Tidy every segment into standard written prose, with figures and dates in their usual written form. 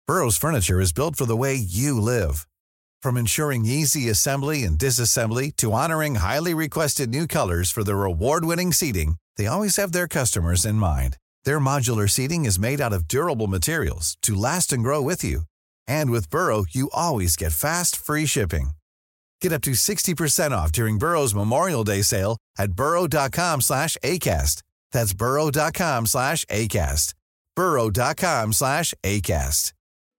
Burrow's furniture is built for the way you live. From ensuring easy assembly and disassembly to honoring highly requested new colors for their award-winning seating, they always have their customers in mind. Their modular seating is made out of durable materials to last and grow with you. And with Burrow, you always get fast, free shipping. Get up to 60% off during Burrow's Memorial Day sale at burrow.com/ACAST. That's burrow.com/ACAST. burrow.com/ACAST.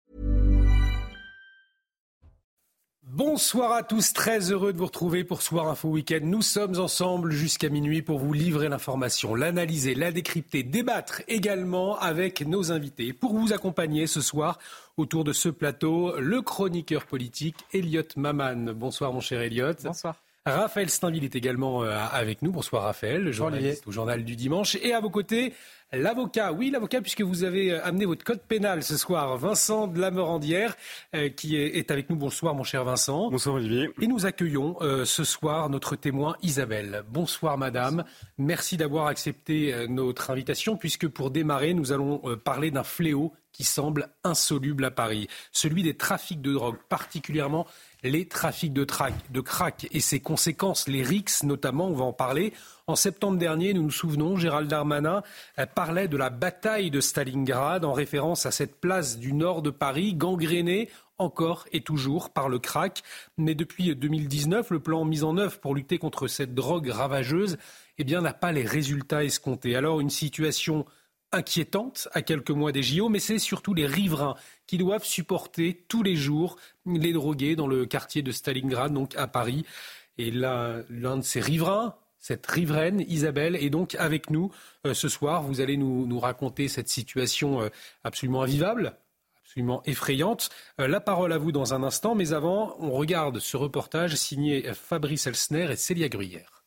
Bonsoir à tous, très heureux de vous retrouver pour Soir Info Week-end. Nous sommes ensemble jusqu'à minuit pour vous livrer l'information, l'analyser, la décrypter, débattre également avec nos invités. Pour vous accompagner ce soir autour de ce plateau, le chroniqueur politique Elliot Maman. Bonsoir mon cher Elliot. Bonsoir. Raphaël Steinville est également avec nous. Bonsoir Raphaël, le journaliste au Journal du Dimanche. Et à vos côtés, l'avocat, puisque vous avez amené votre code pénal ce soir, Vincent de la Morandière, qui est avec nous. Bonsoir mon cher Vincent. Bonsoir Olivier. Et nous accueillons ce soir notre témoin Isabelle. Bonsoir madame, merci d'avoir accepté notre invitation, puisque pour démarrer, nous allons parler d'un fléau qui semble insoluble à Paris, celui des trafics de drogue, particulièrement les trafics de crack et ses conséquences, les rixes notamment, on va en parler. En septembre dernier, nous nous souvenons, Gérald Darmanin parlait de la bataille de Stalingrad en référence à cette place du nord de Paris, gangrénée encore et toujours par le crack. Mais depuis 2019, le plan mis en œuvre pour lutter contre cette drogue ravageuse n'a pas les résultats escomptés. Alors une situation inquiétante à quelques mois des JO, mais c'est surtout les riverains qui doivent supporter tous les jours les drogués dans le quartier de Stalingrad, donc à Paris. Et là, l'un de ces riverains, cette riveraine, Isabelle, est donc avec nous ce soir. Vous allez nous raconter cette situation absolument invivable, absolument effrayante. La parole à vous dans un instant, mais avant, on regarde ce reportage signé Fabrice Elsner et Célia Gruyère.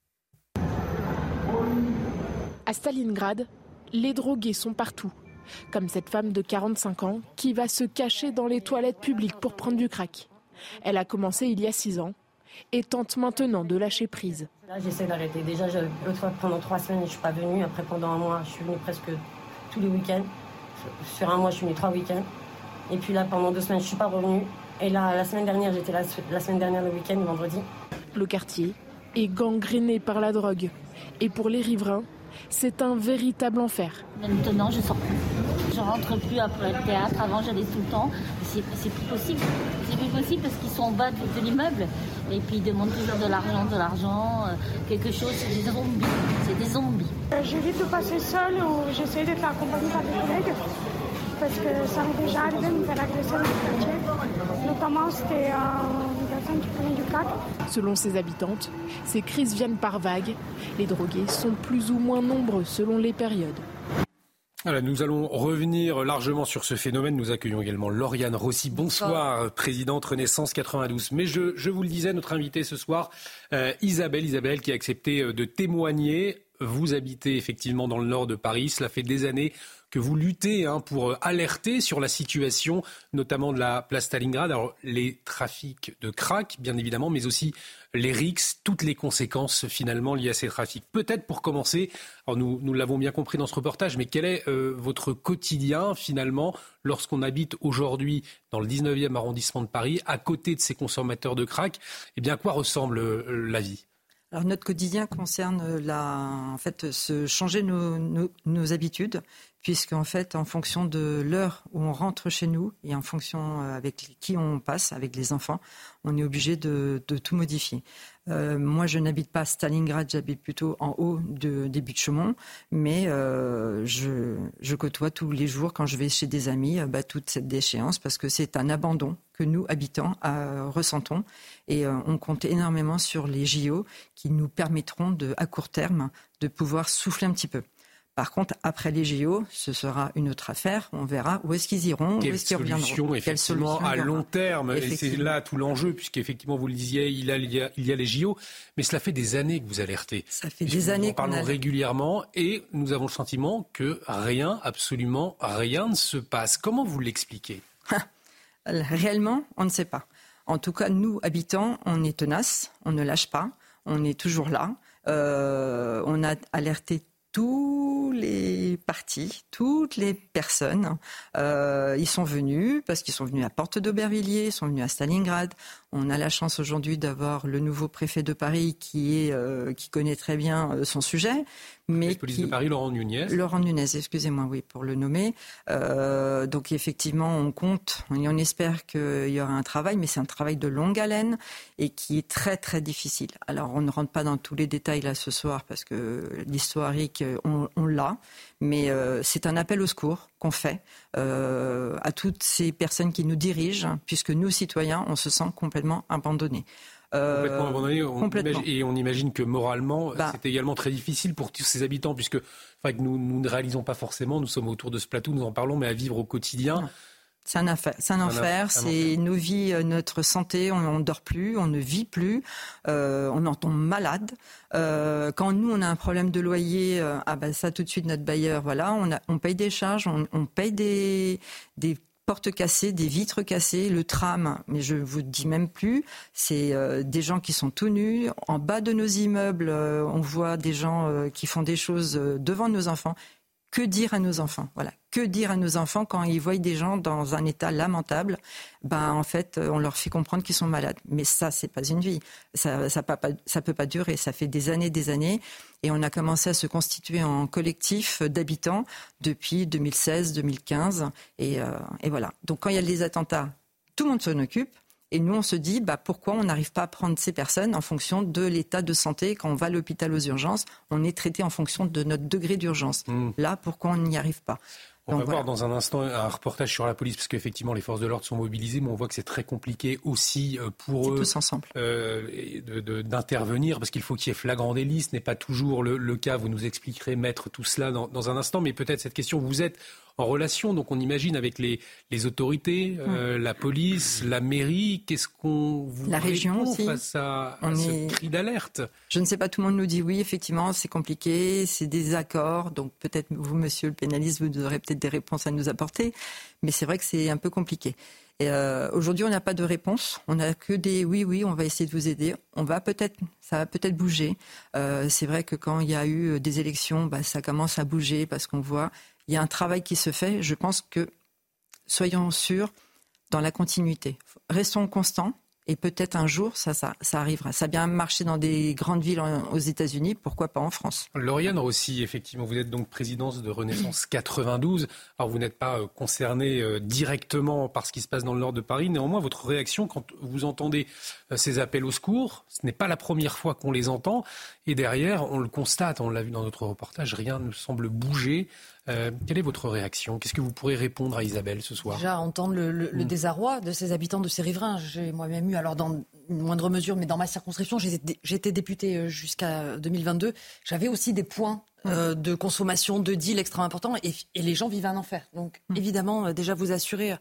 À Stalingrad, les drogués sont partout, comme cette femme de 45 ans qui va se cacher dans les toilettes publiques pour prendre du crack. Elle a commencé il y a 6 ans et tente maintenant de lâcher prise. Là, j'essaie d'arrêter. Déjà, l'autre fois, pendant 3 semaines, je ne suis pas venue. Après, pendant un mois, je suis venue presque tous les week-ends. Sur un mois, je suis venue 3 week-ends. Et puis là, pendant 2 semaines, je ne suis pas revenue. Et là, la semaine dernière, j'étais là, la semaine dernière, le week-end, le vendredi. Le quartier est gangréné par la drogue. Et pour les riverains, c'est un véritable enfer. Maintenant, je sors plus. Je rentre plus après le théâtre. Avant, j'allais tout le temps. C'est plus possible. C'est plus possible parce qu'ils sont en bas de l'immeuble. Et puis, ils demandent toujours de l'argent, quelque chose. C'est des zombies. C'est des zombies. J'évite de passer seule ou j'essaie d'être accompagnée par des collègues. Parce que ça m'est déjà arrivé de me faire agresser dans le quartier. Notamment, c'était une personne qui prenait du crack. Selon ses habitantes, ces crises viennent par vagues. Les drogués sont plus ou moins nombreux selon les périodes. Voilà, nous allons revenir largement sur ce phénomène. Nous accueillons également Lauriane Rossi. Bonsoir, présidente Renaissance 92. Mais je vous le disais, notre invitée ce soir, Isabelle qui a accepté de témoigner. Vous habitez effectivement dans le nord de Paris. Cela fait des années que vous luttez pour alerter sur la situation, notamment de la place Stalingrad. Alors, les trafics de crack, bien évidemment, mais aussi les rixes, toutes les conséquences finalement liées à ces trafics. Peut-être pour commencer, alors nous l'avons bien compris dans ce reportage, mais quel est votre quotidien finalement lorsqu'on habite aujourd'hui dans le 19e arrondissement de Paris, à côté de ces consommateurs de crack? Eh bien, à quoi ressemble la vie ? Alors notre quotidien concerne se changer nos habitudes, puisqu'en fait, en fonction de l'heure où on rentre chez nous et en fonction avec qui on passe, avec les enfants, on est obligé de tout modifier. Moi, je n'habite pas à Stalingrad, j'habite plutôt en haut des Buttes-Chaumont, mais je côtoie tous les jours, quand je vais chez des amis, toute cette déchéance, parce que c'est un abandon que nous, habitants, ressentons. Et on compte énormément sur les JO qui nous permettront, à court terme, de pouvoir souffler un petit peu. Par contre, après les JO, ce sera une autre affaire. On verra où est-ce qu'ils iront, où est-ce qu'ils reviendront. Quelle solution à long terme. Et c'est là tout l'enjeu, puisqu'effectivement, vous le disiez, il y a les JO. Mais cela fait des années que vous alertez. Ça fait des années qu'on parle régulièrement et nous avons le sentiment que absolument rien ne se passe. Comment vous l'expliquez ? Réellement, on ne sait pas. En tout cas, nous, habitants, on est tenaces, on ne lâche pas, on est toujours là. On a alerté tous les partis, toutes les personnes. Ils sont venus parce qu'ils sont venus à Porte d'Aubervilliers, ils sont venus à Stalingrad. On a la chance aujourd'hui d'avoir le nouveau préfet de Paris qui connaît très bien son sujet. Mais police de Paris, Laurent Nunez. Laurent Nunez, excusez-moi, oui, pour le nommer. Donc effectivement, on compte, on espère qu'il y aura un travail, mais c'est un travail de longue haleine et qui est très très difficile. Alors on ne rentre pas dans tous les détails là ce soir parce que l'historique, on l'a, mais c'est un appel au secours qu'on fait à toutes ces personnes qui nous dirigent, puisque nous, citoyens, on se sent complètement abandonnés. Complètement abandonné. Et on imagine que moralement, c'est également très difficile pour tous ces habitants, puisque que nous ne réalisons pas forcément, nous sommes autour de ce plateau, nous en parlons, mais à vivre au quotidien. Non. C'est un enfer, c'est nos vies, notre santé, on ne dort plus, on ne vit plus, on en tombe malade. Quand nous, on a un problème de loyer, ça tout de suite, notre bailleur, voilà, on paye des charges, on paye des portes cassées, des vitres cassées, le tram, mais je vous dis même plus, c'est des gens qui sont tout nus. En bas de nos immeubles, on voit des gens qui font des choses devant nos enfants. Que dire à nos enfants ? Voilà. Que dire à nos enfants quand ils voient des gens dans un état lamentable ? En fait, on leur fait comprendre qu'ils sont malades. Mais ça, c'est pas une vie. Ça peut pas durer. Ça fait des années. Et on a commencé à se constituer en collectif d'habitants depuis 2016, 2015. Et voilà. Donc, quand il y a des attentats, tout le monde s'en occupe. Et nous, on se dit, pourquoi on n'arrive pas à prendre ces personnes en fonction de l'état de santé ? Quand on va à l'hôpital aux urgences, on est traité en fonction de notre degré d'urgence. Là, pourquoi on n'y arrive pas ? On va voir dans un instant un reportage sur la police, parce qu'effectivement, les forces de l'ordre sont mobilisées, mais on voit que c'est très compliqué aussi pour eux tous ensemble. D'intervenir, parce qu'il faut qu'il y ait flagrant délit. Ce n'est pas toujours le cas. Vous nous expliquerez, maître, tout cela dans un instant. Mais peut-être cette question, vous êtes en relation, donc on imagine, avec les autorités, la police, la mairie. Qu'est-ce qu'on vous répond face à ce cri d'alerte ? Je ne sais pas, tout le monde nous dit oui, effectivement, c'est compliqué, c'est des accords. Donc peut-être vous, monsieur le pénaliste, vous aurez peut-être des réponses à nous apporter. Mais c'est vrai que c'est un peu compliqué. Et aujourd'hui, on n'a pas de réponse. On n'a que des oui, on va essayer de vous aider. Ça va peut-être bouger. C'est vrai que quand il y a eu des élections, ça commence à bouger parce qu'on voit... Il y a un travail qui se fait. Je pense que, soyons sûrs, dans la continuité. Restons constants et peut-être un jour, ça arrivera. Ça a bien marché dans des grandes villes aux États-Unis, pourquoi pas en France ? Lauriane Rossi, effectivement, vous êtes donc présidente de Renaissance 92. Alors, vous n'êtes pas concernée directement par ce qui se passe dans le nord de Paris. Néanmoins, votre réaction quand vous entendez ces appels au secours, ce n'est pas la première fois qu'on les entend. Et derrière, on le constate, on l'a vu dans notre reportage, rien ne semble bouger. Quelle est votre réaction ? Qu'est-ce que vous pourrez répondre à Isabelle ce soir ? Déjà, entendre le désarroi de ces habitants, de ces riverains. J'ai moi-même eu, alors dans une moindre mesure, mais dans ma circonscription, j'étais députée jusqu'à 2022. J'avais aussi des points de consommation, de deal extrêmement importants, et les gens vivent un enfer. Donc, évidemment, déjà vous assurer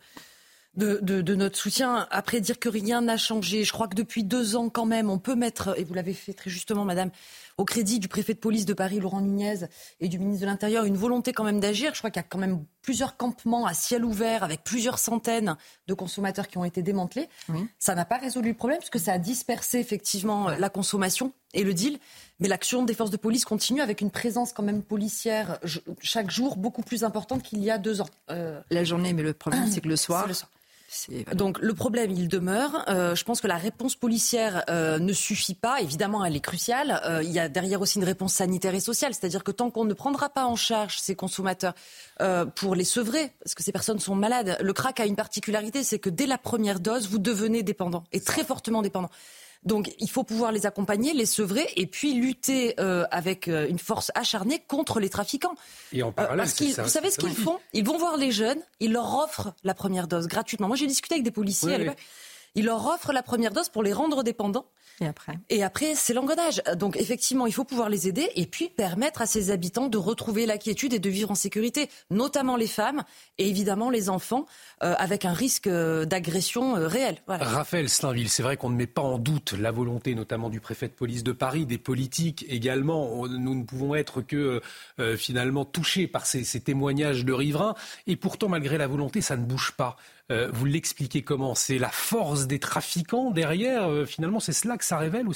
de notre soutien. Après, dire que rien n'a changé, je crois que depuis 2 ans quand même, on peut mettre, et vous l'avez fait très justement, madame, au crédit du préfet de police de Paris, Laurent Nunez, et du ministre de l'Intérieur, une volonté quand même d'agir. Je crois qu'il y a quand même plusieurs campements à ciel ouvert avec plusieurs centaines de consommateurs qui ont été démantelés. Oui. Ça n'a pas résolu le problème parce que ça a dispersé effectivement la consommation et le deal. Mais l'action des forces de police continue avec une présence quand même policière chaque jour beaucoup plus importante qu'il y a 2 ans. La journée, mais le problème c'est que le soir... Donc le problème, il demeure. Je pense que la réponse policière ne suffit pas. Évidemment, elle est cruciale. Il y a derrière aussi une réponse sanitaire et sociale. C'est-à-dire que tant qu'on ne prendra pas en charge ces consommateurs pour les sevrer, parce que ces personnes sont malades, le crack a une particularité, c'est que dès la première dose, vous devenez dépendant, et très fortement dépendant. Donc il faut pouvoir les accompagner, les sevrer et puis lutter avec une force acharnée contre les trafiquants. Et en parallèle, vous savez ce qu'ils font ? Ils vont voir les jeunes, ils leur offrent la première dose gratuitement. Moi j'ai discuté avec des policiers à l'époque. Ils leur offrent la première dose pour les rendre dépendants. Et après, c'est l'engrenage. Donc effectivement, il faut pouvoir les aider et puis permettre à ces habitants de retrouver la quiétude et de vivre en sécurité, notamment les femmes et évidemment les enfants, avec un risque d'agression réel. Voilà. Raphaël Stainville, c'est vrai qu'on ne met pas en doute la volonté notamment du préfet de police de Paris, des politiques également. Nous ne pouvons être que finalement touchés par ces témoignages de riverains. Et pourtant, malgré la volonté, ça ne bouge pas. Vous l'expliquez comment ? C'est la force des trafiquants derrière, finalement, c'est cela que ça révèle aussi ?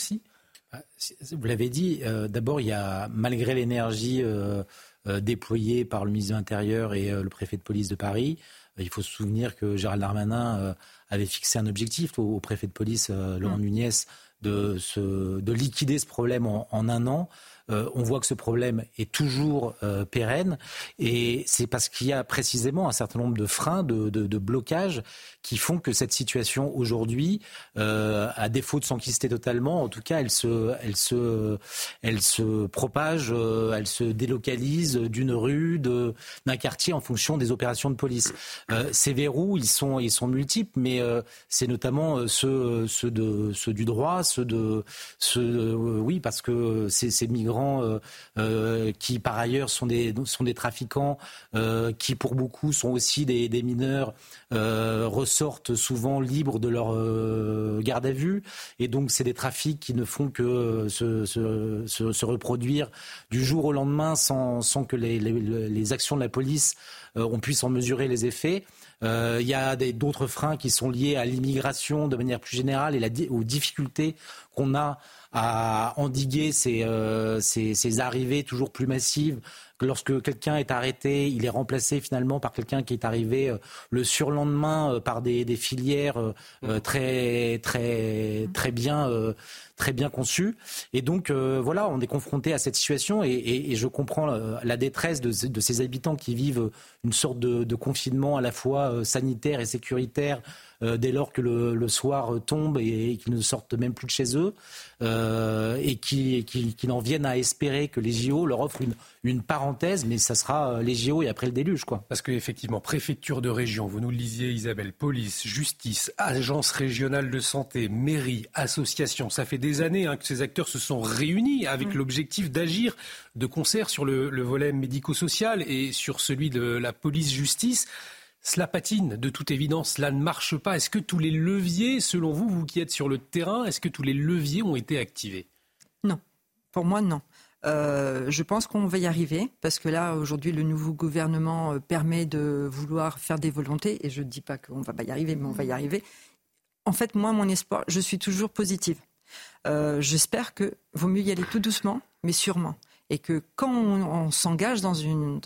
Vous l'avez dit, d'abord, il y a, malgré l'énergie déployée par le ministre de l'Intérieur et le préfet de police de Paris, il faut se souvenir que Gérald Darmanin avait fixé un objectif au préfet de police, Laurent Nunez, de liquider ce problème en un an. On voit que ce problème est toujours pérenne et c'est parce qu'il y a précisément un certain nombre de freins, de blocages qui font que cette situation aujourd'hui, à défaut de s'enquister totalement, en tout cas elle se propage, elle se délocalise d'une rue, d'un quartier en fonction des opérations de police. Ces verrous, ils sont multiples, mais c'est notamment ceux du droit, oui, parce que ces migrants qui par ailleurs sont des trafiquants, qui pour beaucoup sont aussi des mineurs, ressortent souvent libres de leur garde à vue, et donc c'est des trafics qui ne font que se reproduire du jour au lendemain sans que les actions de la police on puisse en mesurer les effets. Il y a d'autres freins qui sont liés à l'immigration de manière plus générale et aux difficultés qu'on a à endiguer ces arrivées toujours plus massives. Lorsque quelqu'un est arrêté, il est remplacé finalement par quelqu'un qui est arrivé le surlendemain par des filières très bien conçues. Et donc voilà, on est confronté à cette situation et je comprends la détresse de ces habitants qui vivent une sorte de confinement à la fois sanitaire et sécuritaire dès lors que le soir tombe et qu'ils ne sortent même plus de chez eux et qui en viennent à espérer que les JO leur offrent une parenthèse, mais ça sera les JO et après le déluge, quoi. Parce qu'effectivement, préfecture de région, vous nous le disiez Isabelle, police, justice, agence régionale de santé, mairie, association, ça fait des années que ces acteurs se sont réunis avec l'objectif d'agir de concert sur le volet médico-social et sur celui de la police-justice. Cela patine, de toute évidence, cela ne marche pas. Est-ce que tous les leviers, selon vous, vous qui êtes sur le terrain, est-ce que tous les leviers ont été activés ? Non, pour moi non. Je pense qu'on va y arriver, parce que là, aujourd'hui, le nouveau gouvernement permet de vouloir faire des volontés, et je ne dis pas qu'on ne va pas y arriver, mais on va y arriver. En fait, moi, mon espoir, je suis toujours positive. J'espère qu'il vaut mieux y aller tout doucement, mais sûrement. Et que quand on s'engage dans une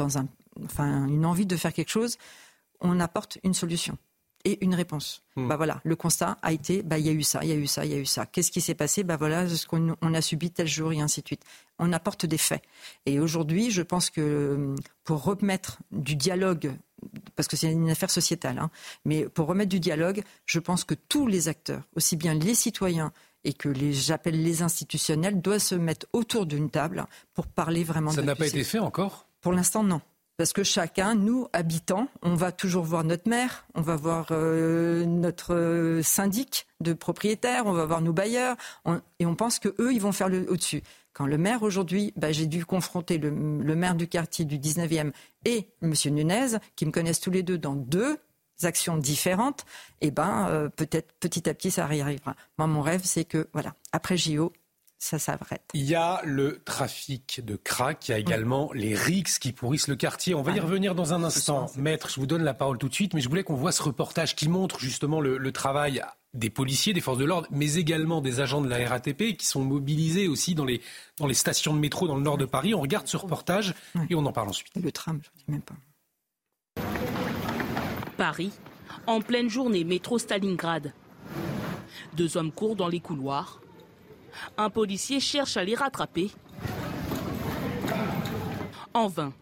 envie de faire quelque chose, on apporte une solution et une réponse. Voilà, le constat a été, il y a eu ça, il y a eu ça, il y a eu ça. Qu'est-ce qui s'est passé ? Voilà ce qu'on a subi tel jour et ainsi de suite. On apporte des faits. Et aujourd'hui, je pense que pour remettre du dialogue, parce que c'est une affaire sociétale, mais pour remettre du dialogue, je pense que tous les acteurs, aussi bien les citoyens et que j'appelle les institutionnels, doivent se mettre autour d'une table pour parler vraiment de ça n'a pas été fait encore ? Pour l'instant, non. Parce que chacun, nous, habitants, on va toujours voir notre maire, on va voir notre syndic de propriétaires, on va voir nos bailleurs, et on pense qu'eux, ils vont faire le au-dessus. Quand le maire, aujourd'hui, j'ai dû confronter le maire du quartier du 19e et M. Nunez, qui me connaissent tous les deux dans deux actions différentes, et peut-être petit à petit, ça y arrivera. Moi, mon rêve, c'est que, voilà, après JO, ça s'arrête. Il y a le trafic de crack, il y a également les rixes qui pourrissent le quartier. On va y revenir dans un instant. Maître, je vous donne la parole tout de suite, mais je voulais qu'on voit ce reportage qui montre justement le travail des policiers, des forces de l'ordre, mais également des agents de la RATP qui sont mobilisés aussi dans les stations de métro dans le nord de Paris. On regarde ce reportage et on en parle ensuite. Le tram, je ne dis même pas. Paris, en pleine journée, métro Stalingrad. 2 hommes courent dans les couloirs. Un policier cherche à les rattraper. En vain.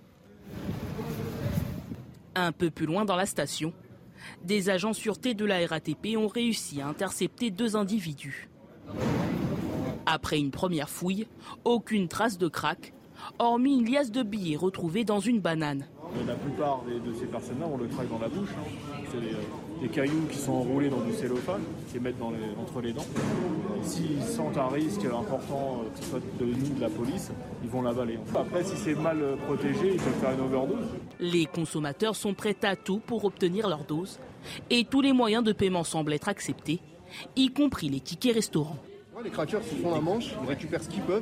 Un peu plus loin dans la station, des agents sûreté de la RATP ont réussi à intercepter 2 individus. Après une première fouille, aucune trace de crack, hormis une liasse de billets retrouvée dans une banane. La plupart de ces personnes-là ont le crack dans la bouche. C'est des cailloux qui sont enroulés dans du cellophane, qui mettent entre les dents. Et s'ils sentent un risque important, que ce soit de nous, de la police, ils vont l'avaler. Après, si c'est mal protégé, ils peuvent faire une overdose. Les consommateurs sont prêts à tout pour obtenir leur dose. Et tous les moyens de paiement semblent être acceptés, y compris les tickets restaurants. Les craqueurs se font la manche, ils récupèrent ce qu'ils peuvent.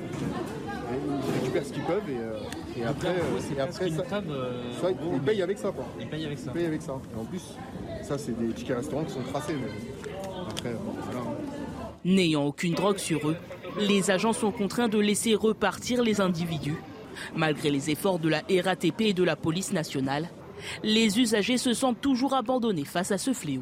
Et après ils payent avec ça. Ils payent avec ça. Et en plus, ça c'est des tickets restaurants qui sont tracés. Mais après, voilà. N'ayant aucune drogue sur eux, Les agents sont contraints de laisser repartir les individus. Malgré les efforts de la RATP et de la police nationale, les usagers se sentent toujours abandonnés face à ce fléau.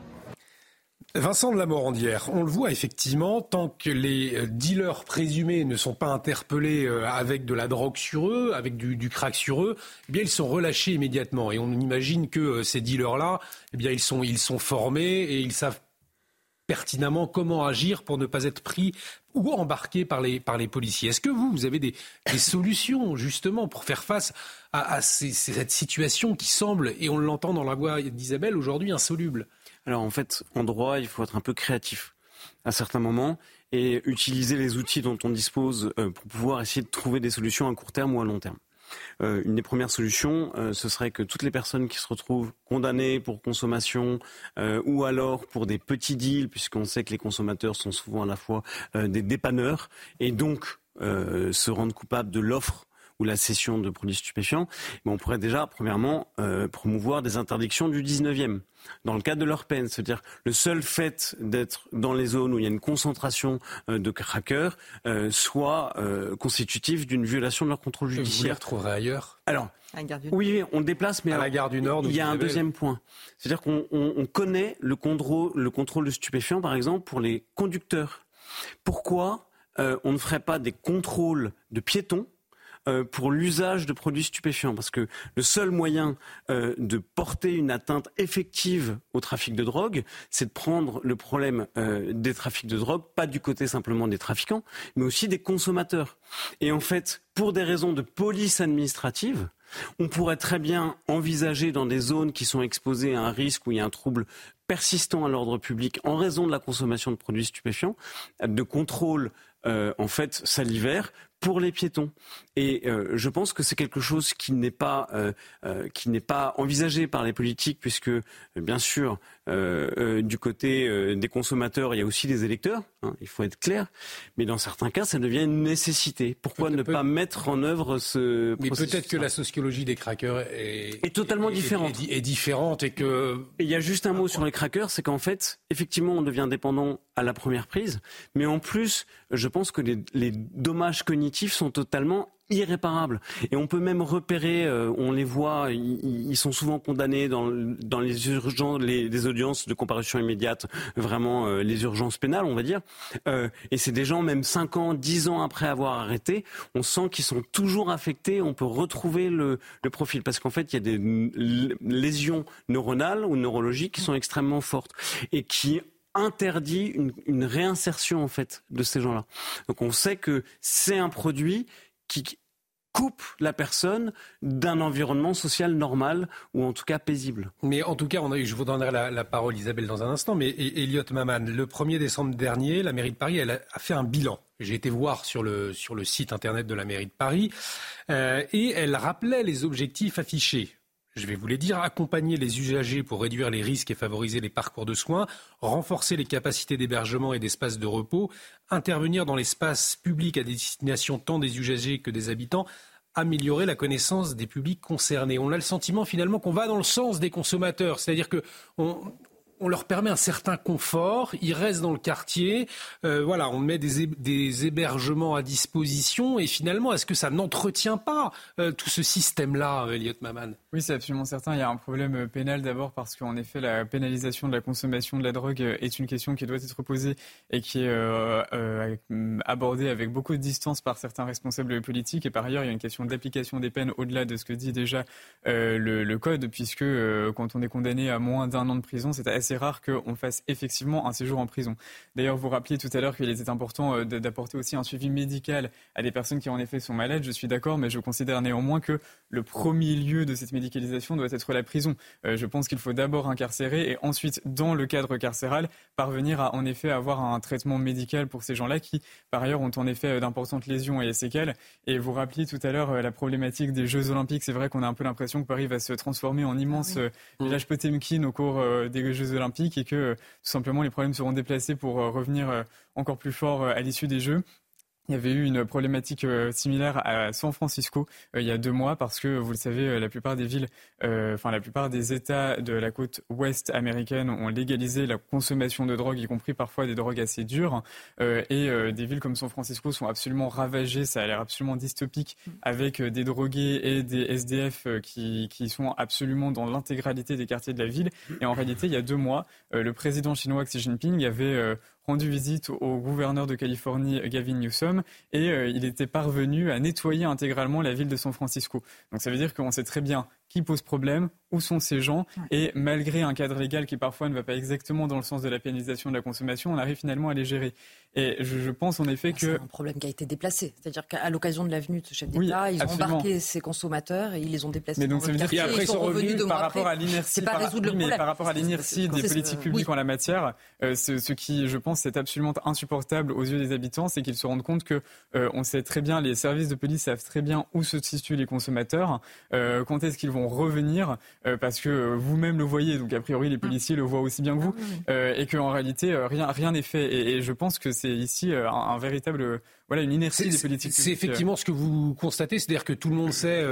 Vincent de la Morandière, on le voit effectivement, tant que les dealers présumés ne sont pas interpellés avec de la drogue sur eux, avec du crack sur eux, eh bien ils sont relâchés immédiatement. Et on imagine que ces dealers-là, eh bien ils sont formés et ils savent pertinemment comment agir pour ne pas être pris ou embarqués par les policiers. Est-ce que vous avez des solutions justement pour faire face à cette situation qui semble, et on l'entend dans la voix d'Isabelle aujourd'hui, insoluble? Alors en fait, en droit, il faut être un peu créatif à certains moments et utiliser les outils dont on dispose pour pouvoir essayer de trouver des solutions à court terme ou à long terme. Une des premières solutions, ce serait que toutes les personnes qui se retrouvent condamnées pour consommation ou alors pour des petits deals, puisqu'on sait que les consommateurs sont souvent à la fois des dépanneurs et donc se rendent coupables de l'offre ou la cession de produits stupéfiants, mais on pourrait déjà, premièrement, promouvoir des interdictions du 19e, dans le cadre de leur peine. C'est-à-dire le seul fait d'être dans les zones où il y a une concentration de crackers soit constitutif d'une violation de leur contrôle judiciaire. Vous les retrouverez ailleurs ? Alors, oui, on le déplace, mais à la gare du Nord, il y a un deuxième point. C'est-à-dire qu'on connaît le contrôle de stupéfiants, par exemple, pour les conducteurs. Pourquoi on ne ferait pas des contrôles de piétons pour l'usage de produits stupéfiants, parce que le seul moyen de porter une atteinte effective au trafic de drogue, c'est de prendre le problème des trafics de drogue, pas du côté simplement des trafiquants, mais aussi des consommateurs. Et en fait, pour des raisons de police administrative, on pourrait très bien envisager dans des zones qui sont exposées à un risque où il y a un trouble persistant à l'ordre public en raison de la consommation de produits stupéfiants, de contrôle en fait salivaire pour les piétons. Et je pense que c'est quelque chose qui n'est pas envisagé par les politiques, puisque bien sûr du côté des consommateurs il y a aussi des électeurs, hein, il faut être clair, mais dans certains cas ça devient une nécessité. Pourquoi ne pas mettre en œuvre ce processus? Mais peut-être que la sociologie des crackers est totalement différente. Est différente et que... Et il y a juste un mot sur les crackers, c'est qu'en fait, effectivement, on devient dépendant à la première prise, mais en plus, je pense que les dommages cognitifs sont totalement irréparables. Et on peut même repérer, on les voit, ils sont souvent condamnés dans les urgences, les audiences de comparution immédiate, vraiment les urgences pénales, on va dire. Et c'est des gens, même 5 ans, 10 ans après avoir arrêté, on sent qu'ils sont toujours affectés, on peut retrouver le profil. Parce qu'en fait, il y a des lésions neuronales ou neurologiques qui sont extrêmement fortes et qui interdit une réinsertion en fait de ces gens-là. Donc on sait que c'est un produit qui coupe la personne d'un environnement social normal ou en tout cas paisible. Mais en tout cas, je vous donnerai la parole Isabelle dans un instant, mais Elliot Maman, le 1er décembre dernier, la mairie de Paris elle a fait un bilan. J'ai été voir sur le site internet de la mairie de Paris et elle rappelait les objectifs affichés. Je vais vous les dire, accompagner les usagers pour réduire les risques et favoriser les parcours de soins, renforcer les capacités d'hébergement et d'espaces de repos, intervenir dans l'espace public à destination tant des usagers que des habitants, améliorer la connaissance des publics concernés. On a le sentiment finalement qu'on va dans le sens des consommateurs, c'est-à-dire que on leur permet un certain confort, ils restent dans le quartier, on met des hébergements à disposition et finalement, est-ce que ça n'entretient pas tout ce système-là, Elliot Maman ? Oui, c'est absolument certain. Il y a un problème pénal d'abord parce qu'en effet, la pénalisation de la consommation de la drogue est une question qui doit être posée et qui est abordée avec beaucoup de distance par certains responsables politiques. Et par ailleurs, il y a une question d'application des peines au-delà de ce que dit déjà le Code, puisque quand on est condamné à moins d'1 an de prison, c'est assez rare qu'on fasse effectivement un séjour en prison. D'ailleurs, vous rappeliez tout à l'heure qu'il était important d'apporter aussi un suivi médical à des personnes qui en effet sont malades. Je suis d'accord, mais je considère néanmoins que le premier lieu de cette médicalisation doit être la prison. Je pense qu'il faut d'abord incarcérer et ensuite, dans le cadre carcéral, parvenir à en effet avoir un traitement médical pour ces gens-là qui, par ailleurs, ont en effet d'importantes lésions et séquelles. Et vous rappeliez tout à l'heure la problématique des Jeux Olympiques. C'est vrai qu'on a un peu l'impression que Paris va se transformer en immense village Potemkin au cours des Jeux Olympiques et que tout simplement les problèmes seront déplacés pour revenir encore plus fort à l'issue des Jeux. Il y avait eu une problématique similaire à San Francisco il y a 2 mois parce que, vous le savez, la plupart des villes, la plupart des États de la côte ouest américaine ont légalisé la consommation de drogue, y compris parfois des drogues assez dures. Et des villes comme San Francisco sont absolument ravagées, ça a l'air absolument dystopique, avec des drogués et des SDF qui sont absolument dans l'intégralité des quartiers de la ville. Et en réalité, il y a 2 mois, le président chinois Xi Jinping avait rendu visite au gouverneur de Californie, Gavin Newsom, et il était parvenu à nettoyer intégralement la ville de San Francisco. Donc ça veut dire qu'on sait très bien qui pose problème, où sont ces gens, et malgré un cadre légal qui parfois ne va pas exactement dans le sens de la pénalisation de la consommation, on arrive finalement à les gérer. Et je pense en effet que... C'est un problème qui a été déplacé. C'est-à-dire qu'à l'occasion de la venue de ce chef d'État, ils ont embarqué ces consommateurs et ils les ont déplacés. Mais donc ça veut dire qu'après ils sont revenus par rapport à l'inertie, par rapport à l'inertie des politiques publiques en la matière, ce qui, je pense, est absolument insupportable aux yeux des habitants, c'est qu'ils se rendent compte que on sait très bien, les services de police savent très bien où se situent les consommateurs, quand est-ce qu'ils vont revenir, parce que vous-même le voyez, donc a priori les policiers le voient aussi bien que vous, et qu'en réalité rien n'est fait. Et je pense que c'est ici un véritable, une inertie des politiques publiques. C'est effectivement ce que vous constatez, c'est-à-dire que tout le monde sait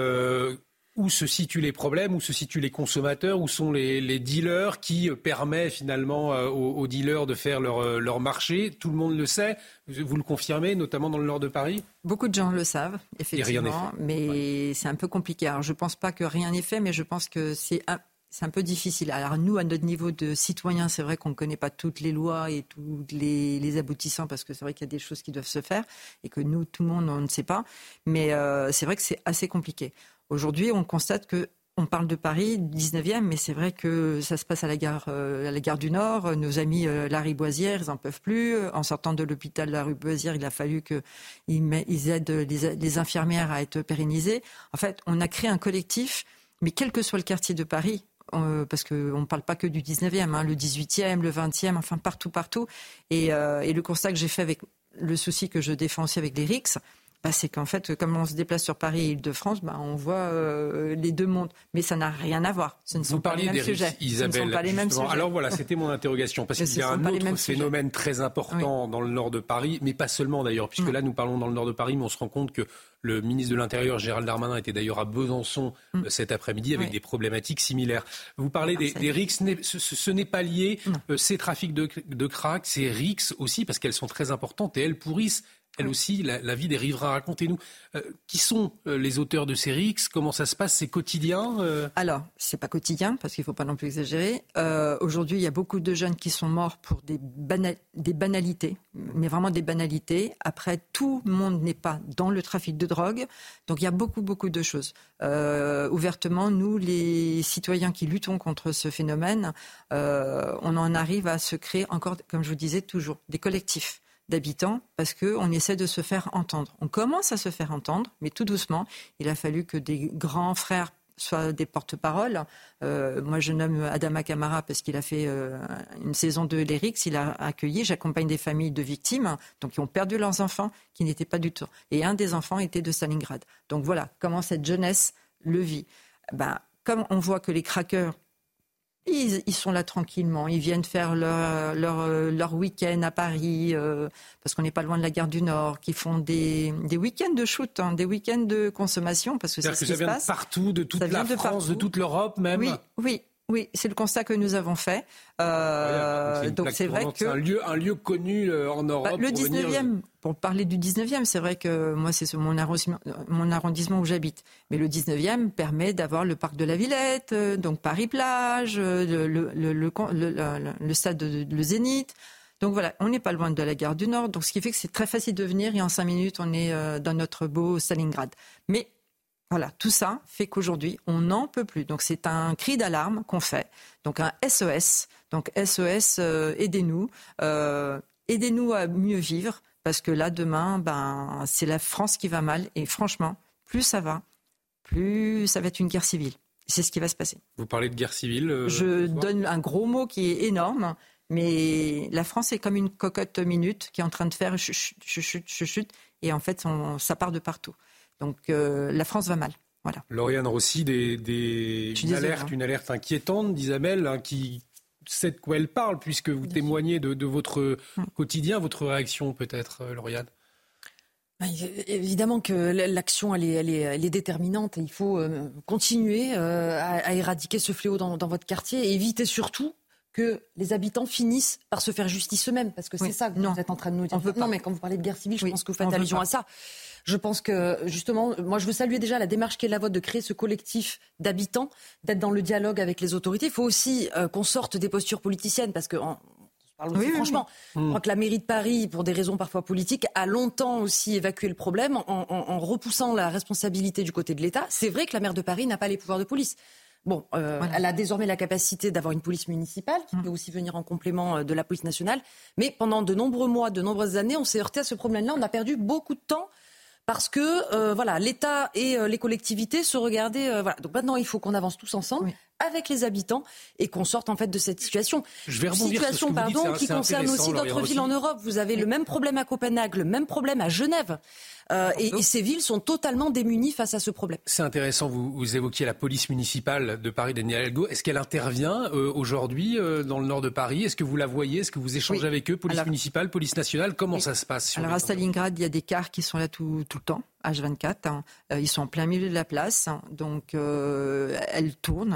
où se situent les problèmes, où se situent les consommateurs, où sont les dealers qui permettent finalement aux dealers de faire leur marché. Tout le monde le sait, vous le confirmez, notamment dans le nord de Paris ? Beaucoup de gens le savent, effectivement, mais c'est un peu compliqué. Alors, je ne pense pas que rien n'est fait, mais je pense que c'est un peu difficile. Alors nous, à notre niveau de citoyen, c'est vrai qu'on ne connaît pas toutes les lois et tous les aboutissants, parce que c'est vrai qu'il y a des choses qui doivent se faire et que nous, tout le monde, on ne sait pas. Mais c'est vrai que c'est assez compliqué. Aujourd'hui, on constate qu'on parle de Paris, 19e, mais c'est vrai que ça se passe à la gare du Nord. Nos amis la Riboisière, ils n'en peuvent plus. En sortant de l'hôpital de la Riboisière, il a fallu qu'ils aident les infirmières à être pérennisées. En fait, on a créé un collectif, mais quel que soit le quartier de Paris, parce qu'on ne parle pas que du 19e, le 18e, le 20e, enfin partout. Et le constat que j'ai fait avec le souci que je défends aussi avec les RICS, c'est qu'en fait, comme on se déplace sur Paris et Île-de-France, on voit les deux mondes. Mais ça n'a rien à voir. Ce ne sont pas les mêmes sujets. Isabelle, ce ne sont pas les mêmes sujets. Alors voilà, c'était mon interrogation. Parce qu'il y a un autre phénomène très important dans le nord de Paris, mais pas seulement d'ailleurs, puisque là, nous parlons dans le nord de Paris, mais on se rend compte que le ministre de l'Intérieur, Gérald Darmanin, était d'ailleurs à Besançon cet après-midi avec des problématiques similaires. Vous parlez des RICS, ce n'est pas lié. Ces trafics de crack, ces RICS aussi, parce qu'elles sont très importantes et elles pourrissent elle aussi, la vie des riverains. Racontez-nous, qui sont les auteurs de ces RICS ? Comment ça se passe ? C'est quotidien Alors, c'est pas quotidien, parce qu'il ne faut pas non plus exagérer. Aujourd'hui, il y a beaucoup de jeunes qui sont morts pour des banalités, mais vraiment des banalités. Après, tout le monde n'est pas dans le trafic de drogue. Donc, il y a beaucoup de choses. Ouvertement, nous, les citoyens qui luttons contre ce phénomène, on en arrive à se créer encore, comme je vous disais, toujours des collectifs d'habitants, parce qu'on essaie de se faire entendre. On commence à se faire entendre, mais tout doucement. Il a fallu que des grands frères soient des porte-paroles. Moi, je nomme Adama Camara parce qu'il a fait une saison de l'ERIX. Il a accueilli, j'accompagne des familles de victimes, donc qui ont perdu leurs enfants, qui n'étaient pas du tout. Et un des enfants était de Stalingrad. Donc voilà, comment cette jeunesse le vit. Comme on voit que les craqueurs, ils sont là tranquillement, ils viennent faire leur week-end à Paris, parce qu'on n'est pas loin de la gare du Nord, qui font des week-ends de shoot, des week-ends de consommation, parce que c'est ce qui se passe. Ça vient de partout, de toute la France, de toute l'Europe même. Oui, c'est le constat que nous avons fait. Donc c'est vrai que c'est un lieu connu en Europe. Le 19e, pour parler du 19e, c'est vrai que moi c'est mon arrondissement où j'habite. Mais le 19e permet d'avoir le parc de la Villette, donc Paris-Plage, le stade le Zénith. Donc voilà, on n'est pas loin de la gare du Nord. Donc ce qui fait que c'est très facile de venir et en 5 minutes on est dans notre beau Stalingrad. Mais voilà, tout ça fait qu'aujourd'hui, on n'en peut plus. Donc, c'est un cri d'alarme qu'on fait. Donc, un SOS. Donc, SOS, aidez-nous. Aidez-nous à mieux vivre. Parce que là, demain, c'est la France qui va mal. Et franchement, plus ça va être une guerre civile. C'est ce qui va se passer. Vous parlez de guerre civile Je donne un gros mot qui est énorme. Mais la France est comme une cocotte minute qui est en train de faire chuchute. Et en fait, ça part de partout. Donc la France va mal. Voilà. Lauriane Rossi, une alerte inquiétante d'Isabelle, qui sait de quoi elle parle, puisque vous témoignez de votre quotidien, votre réaction peut-être, Lauriane. Évidemment que l'action elle est déterminante et il faut continuer à éradiquer ce fléau dans votre quartier et éviter surtout que les habitants finissent par se faire justice eux-mêmes, parce que c'est ça que vous êtes en train de nous dire. Non, mais quand vous parlez de guerre civile, je pense que vous faites allusion à ça. Je pense que, justement, moi je veux saluer déjà la démarche qui est la vôtre de créer ce collectif d'habitants, d'être dans le dialogue avec les autorités. Il faut aussi qu'on sorte des postures politiciennes, parce que... franchement, je crois que la mairie de Paris, pour des raisons parfois politiques, a longtemps aussi évacué le problème en repoussant la responsabilité du côté de l'État. C'est vrai que la maire de Paris n'a pas les pouvoirs de police. Bon, elle a désormais la capacité d'avoir une police municipale qui peut aussi venir en complément de la police nationale. Mais pendant de nombreux mois, de nombreuses années, on s'est heurté à ce problème-là. On a perdu beaucoup de temps parce que l'État et les collectivités se regardaient. Donc maintenant, il faut qu'on avance tous ensemble. Avec les habitants et qu'on sorte en fait de cette situation. Situation qui concerne aussi d'autres villes en Europe. Vous avez le même problème à Copenhague, le même problème à Genève. Et ces villes sont totalement démunies face à ce problème. C'est intéressant, vous évoquiez la police municipale de Paris, Daniel Hidalgo. Est-ce qu'elle intervient aujourd'hui dans le nord de Paris ? Est-ce que vous la voyez ? Est-ce que vous échangez avec eux ? Police municipale, police nationale, comment ça se passe ? Alors à Stalingrad, il y a des cars qui sont là tout le temps, H24. Ils sont en plein milieu de la place, donc elles tournent.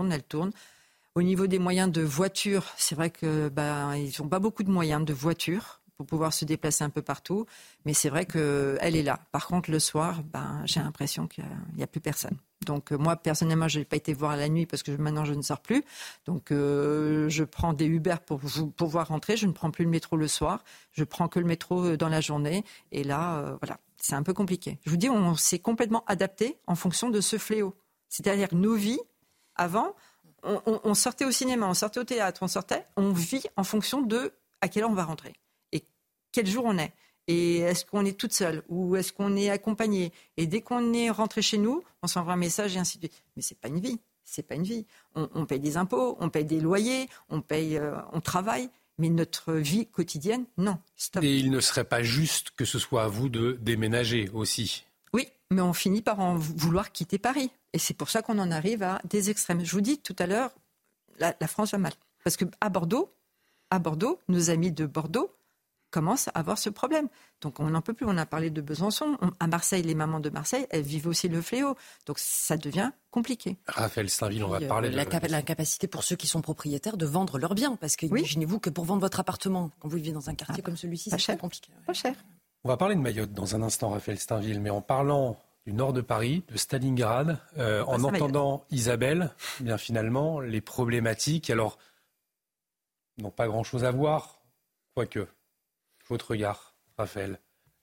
Au niveau des moyens de voiture, c'est vrai que ils n'ont pas beaucoup de moyens de voiture pour pouvoir se déplacer un peu partout, mais c'est vrai qu'elle est là. Par contre, le soir, j'ai l'impression qu'il n'y a plus personne. Donc moi, personnellement, je n'ai pas été voir la nuit parce que maintenant, je ne sors plus. Donc je prends des Uber pour pouvoir rentrer. Je ne prends plus le métro le soir. Je prends que le métro dans la journée. Et là, c'est un peu compliqué. Je vous dis, on s'est complètement adapté en fonction de ce fléau. C'est-à-dire que nos vies, avant, on sortait au cinéma, on sortait au théâtre, on vit en fonction de à quelle heure on va rentrer et quel jour on est. Et est-ce qu'on est toute seule ou est-ce qu'on est accompagné ? Et dès qu'on est rentré chez nous, on s'envoie un message et ainsi de suite. Mais c'est pas une vie. On paye des impôts, on paye des loyers, on travaille. Mais notre vie quotidienne, non. Stop. Et il ne serait pas juste que ce soit à vous de déménager aussi ? Oui, mais on finit par en vouloir quitter Paris. Et c'est pour ça qu'on en arrive à des extrêmes. Je vous dis tout à l'heure, la France va mal. Parce qu'à Bordeaux, nos amis de Bordeaux commencent à avoir ce problème. Donc on n'en peut plus. On a parlé de Besançon. À Marseille, les mamans de Marseille, elles vivent aussi le fléau. Donc ça devient compliqué. Raphaël Steinville, on va parler de la capacité pour ceux qui sont propriétaires de vendre leurs biens. Parce que imaginez-vous que pour vendre votre appartement, quand vous vivez dans un quartier comme celui-ci, c'est très compliqué. Pas cher. On va parler de Mayotte dans un instant, Raphaël Steinville, mais en parlant du nord de Paris, de Stalingrad, en entendant Isabelle, bien finalement, les problématiques, alors, n'ont pas grand-chose à voir, quoique. Votre regard, Raphaël ?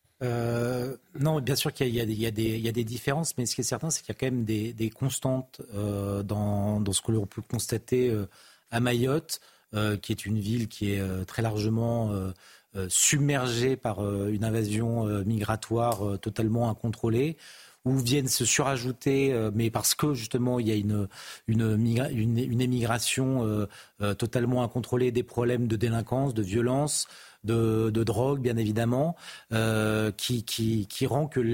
Non, bien sûr qu'il y a des différences, mais ce qui est certain, c'est qu'il y a quand même des constantes dans ce que l'on peut constater à Mayotte, qui est une ville qui est très largement submergée par une invasion migratoire totalement incontrôlée, où viennent se surajouter, mais parce que justement il y a une émigration totalement incontrôlée, des problèmes de délinquance, de violence, de drogue, bien évidemment, qui rend que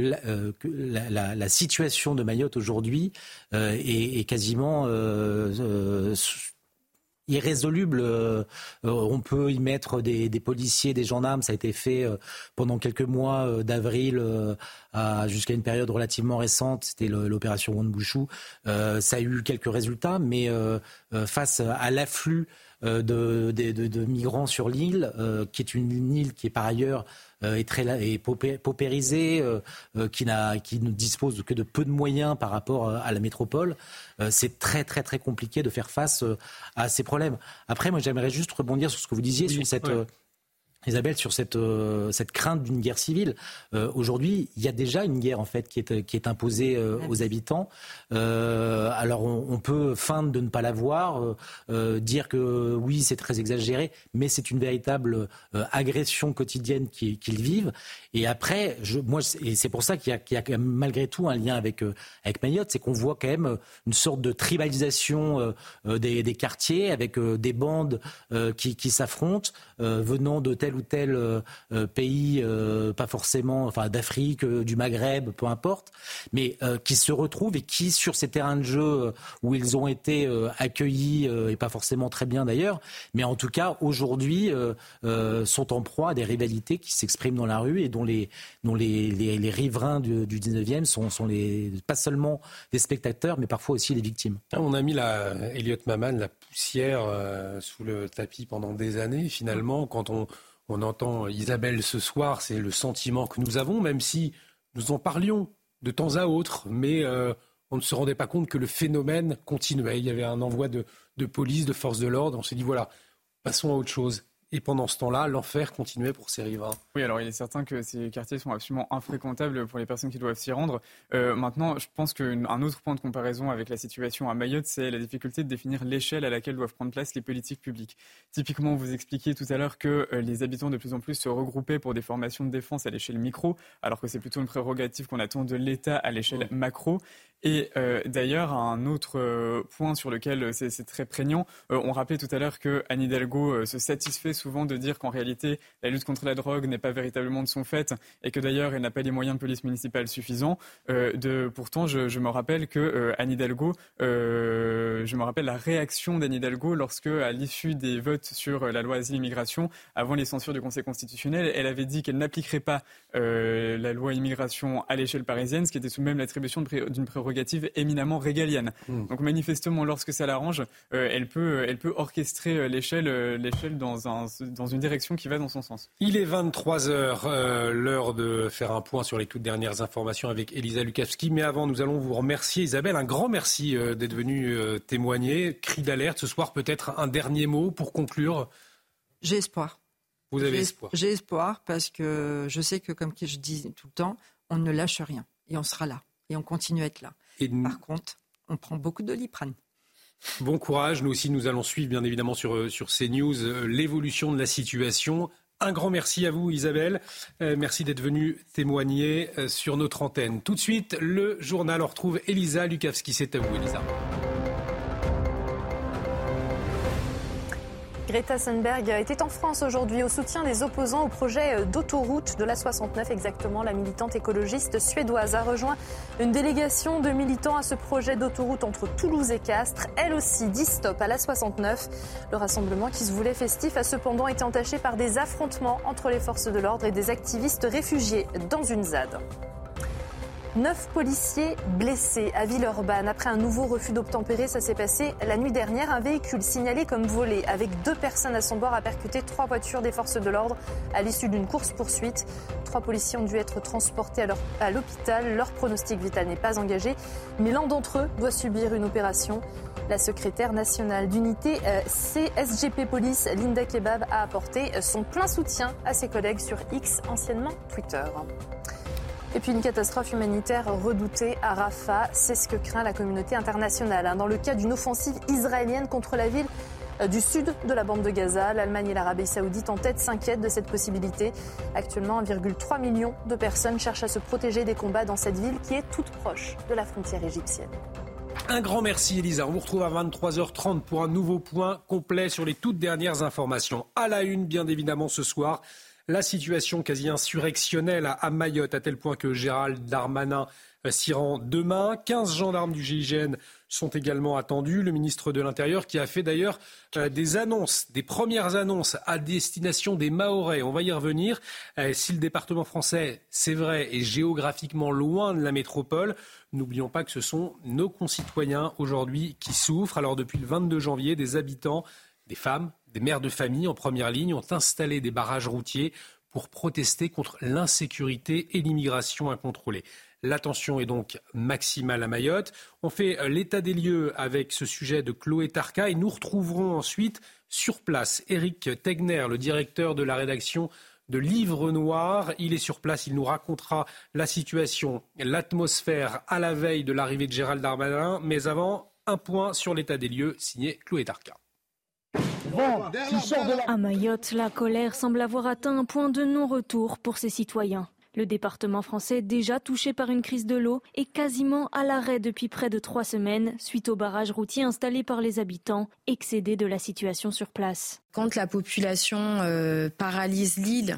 la situation de Mayotte aujourd'hui est quasiment irrésoluble. On peut y mettre des policiers, des gendarmes. Ça a été fait pendant quelques mois, d'avril jusqu'à une période relativement récente. C'était l'opération Wonbushu. Ça a eu quelques résultats, mais face à l'afflux de migrants sur l'île, qui est une île qui est par ailleurs est paupérisée, qui ne dispose que de peu de moyens par rapport à la métropole. C'est très très très compliqué de faire face à ces problèmes. Après, moi j'aimerais juste rebondir sur ce que vous disiez sur cette... Isabelle, sur cette crainte d'une guerre civile. Aujourd'hui, il y a déjà une guerre en fait qui est imposée aux habitants. Alors on peut feindre de ne pas la voir, dire que oui c'est très exagéré, mais c'est une véritable agression quotidienne qu'ils vivent. Et après, et c'est pour ça qu'il y a malgré tout un lien avec Mayotte, c'est qu'on voit quand même une sorte de tribalisation des quartiers avec des bandes qui s'affrontent venant de telle tel ou tel pays, pas forcément, enfin d'Afrique, du Maghreb, peu importe, mais qui se retrouvent et qui, sur ces terrains de jeu où ils ont été accueillis, et pas forcément très bien d'ailleurs, mais en tout cas aujourd'hui sont en proie à des rivalités qui s'expriment dans la rue et dont les riverains du 19e sont pas seulement des spectateurs, mais parfois aussi les victimes. On a mis Elliot Maman, la poussière, sous le tapis pendant des années. Finalement, quand on entend Isabelle ce soir, c'est le sentiment que nous avons, même si nous en parlions de temps à autre, mais on ne se rendait pas compte que le phénomène continuait. Il y avait un envoi de police, de forces de l'ordre. On s'est dit, voilà, passons à autre chose. Et pendant ce temps-là, l'enfer continuait pour ces riverains. Oui, alors il est certain que ces quartiers sont absolument infréquentables pour les personnes qui doivent s'y rendre. Maintenant, je pense qu'un autre point de comparaison avec la situation à Mayotte, c'est la difficulté de définir l'échelle à laquelle doivent prendre place les politiques publiques. Typiquement, vous expliquiez tout à l'heure que les habitants de plus en plus se regroupaient pour des formations de défense à l'échelle micro, alors que c'est plutôt une prérogative qu'on attend de l'État à l'échelle macro. Et d'ailleurs, un autre point sur lequel c'est très prégnant, on rappelait tout à l'heure que Anne Hidalgo se satisfait souvent de dire qu'en réalité, la lutte contre la drogue n'est pas véritablement de son fait et que d'ailleurs, elle n'a pas les moyens de police municipale suffisants. Pourtant, je me rappelle que Anne Hidalgo, je me rappelle la réaction d'Anne Hidalgo lorsque, à l'issue des votes sur la loi asile-immigration, avant les censures du Conseil constitutionnel, elle avait dit qu'elle n'appliquerait pas la loi immigration à l'échelle parisienne, ce qui était tout de même l'attribution d'une prérogative éminemment régalienne. Donc manifestement, lorsque ça l'arrange, elle peut orchestrer l'échelle dans une direction qui va dans son sens. Il est 23h, l'heure de faire un point sur les toutes dernières informations avec Elisa Lukavski. Mais avant, nous allons vous remercier, Isabelle. Un grand merci d'être venue témoigner. Cri d'alerte ce soir, peut-être un dernier mot pour conclure. J'ai espoir. Vous avez espoir. J'ai espoir parce que je sais que, comme je dis tout le temps, on ne lâche rien et on sera là et on continue à être là. Par contre, on prend beaucoup de Doliprane. Bon courage. Nous aussi, nous allons suivre, bien évidemment, sur CNews, l'évolution de la situation. Un grand merci à vous, Isabelle. Merci d'être venue témoigner sur notre antenne. Tout de suite, le journal. On retrouve Elisa Lukavski. C'est à vous, Elisa. Greta Thunberg était en France aujourd'hui au soutien des opposants au projet d'autoroute de la 69. Exactement, la militante écologiste suédoise a rejoint une délégation de militants à ce projet d'autoroute entre Toulouse et Castres. Elle aussi dit stop à la 69. Le rassemblement qui se voulait festif a cependant été entaché par des affrontements entre les forces de l'ordre et des activistes réfugiés dans une ZAD. 9 policiers blessés à Villeurbanne après un nouveau refus d'obtempérer. Ça s'est passé la nuit dernière. Un véhicule signalé comme volé avec 2 personnes à son bord a percuté 3 voitures des forces de l'ordre à l'issue d'une course-poursuite. 3 policiers ont dû être transportés à l'hôpital. Leur pronostic vital n'est pas engagé, mais l'un d'entre eux doit subir une opération. La secrétaire nationale d'unité CSGP Police, Linda Kebab, a apporté son plein soutien à ses collègues sur X, anciennement Twitter. Et puis une catastrophe humanitaire redoutée à Rafah, c'est ce que craint la communauté internationale. Dans le cas d'une offensive israélienne contre la ville du sud de la bande de Gaza, l'Allemagne et l'Arabie Saoudite en tête s'inquiètent de cette possibilité. Actuellement, 1,3 million de personnes cherchent à se protéger des combats dans cette ville qui est toute proche de la frontière égyptienne. Un grand merci, Elisa. On vous retrouve à 23h30 pour un nouveau point complet sur les toutes dernières informations. À la une, bien évidemment, ce soir. La situation quasi insurrectionnelle à Mayotte, à tel point que Gérald Darmanin s'y rend demain. 15 gendarmes du GIGN sont également attendus. Le ministre de l'Intérieur qui a fait d'ailleurs des premières annonces à destination des Mahorais. On va y revenir. Si le département français, c'est vrai, est géographiquement loin de la métropole, n'oublions pas que ce sont nos concitoyens aujourd'hui qui souffrent. Alors depuis le 22 janvier, des habitants, des femmes, des mères de famille en première ligne ont installé des barrages routiers pour protester contre l'insécurité et l'immigration incontrôlée. La tension est donc maximale à Mayotte. On fait l'état des lieux avec ce sujet de Chloé Tarka et nous retrouverons ensuite sur place Éric Tegner, le directeur de la rédaction de Livre Noir. Il est sur place, il nous racontera la situation, l'atmosphère à la veille de l'arrivée de Gérald Darmanin. Mais avant, un point sur l'état des lieux signé Chloé Tarka. À Mayotte, la colère semble avoir atteint un point de non-retour pour ses citoyens. Le département français, déjà touché par une crise de l'eau, est quasiment à l'arrêt depuis près de 3 semaines suite au barrage routier installé par les habitants, excédés de la situation sur place. Quand la population paralyse l'île,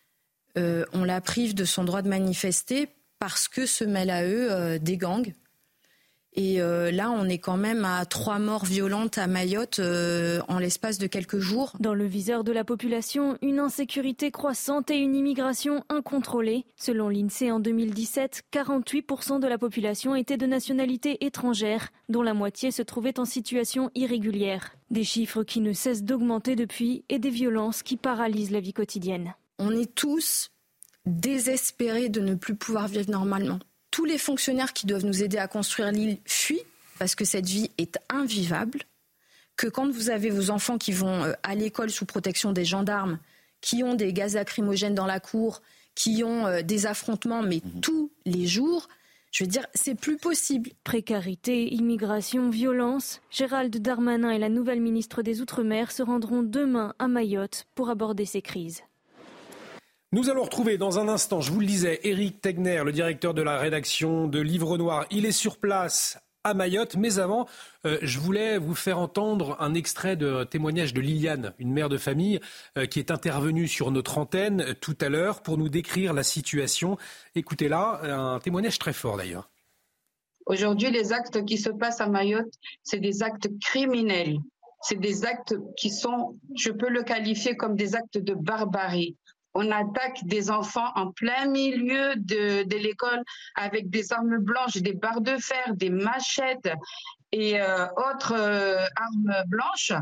on la prive de son droit de manifester parce que se mêlent à eux des gangs. Et là, on est quand même à 3 morts violentes à Mayotte en l'espace de quelques jours. Dans le viseur de la population, une insécurité croissante et une immigration incontrôlée. Selon l'INSEE, en 2017, 48% de la population était de nationalité étrangère, dont la moitié se trouvait en situation irrégulière. Des chiffres qui ne cessent d'augmenter depuis et des violences qui paralysent la vie quotidienne. On est tous désespérés de ne plus pouvoir vivre normalement. Tous les fonctionnaires qui doivent nous aider à construire l'île fuient parce que cette vie est invivable, que quand vous avez vos enfants qui vont à l'école sous protection des gendarmes, qui ont des gaz lacrymogènes dans la cour, qui ont des affrontements, mais tous les jours, je veux dire, c'est plus possible. Précarité, immigration, violence. Gérald Darmanin et la nouvelle ministre des Outre-mer se rendront demain à Mayotte pour aborder ces crises. Nous allons retrouver dans un instant, je vous le disais, Éric Tegner, le directeur de la rédaction de Livre Noir. Il est sur place à Mayotte, mais avant, je voulais vous faire entendre un extrait de témoignage de Liliane, une mère de famille qui est intervenue sur notre antenne tout à l'heure pour nous décrire la situation. Écoutez-la, un témoignage très fort d'ailleurs. Aujourd'hui, les actes qui se passent à Mayotte, c'est des actes criminels. C'est des actes qui sont, je peux le qualifier comme des actes de barbarie. On attaque des enfants en plein milieu de l'école avec des armes blanches, des barres de fer, des machettes et autres armes blanches.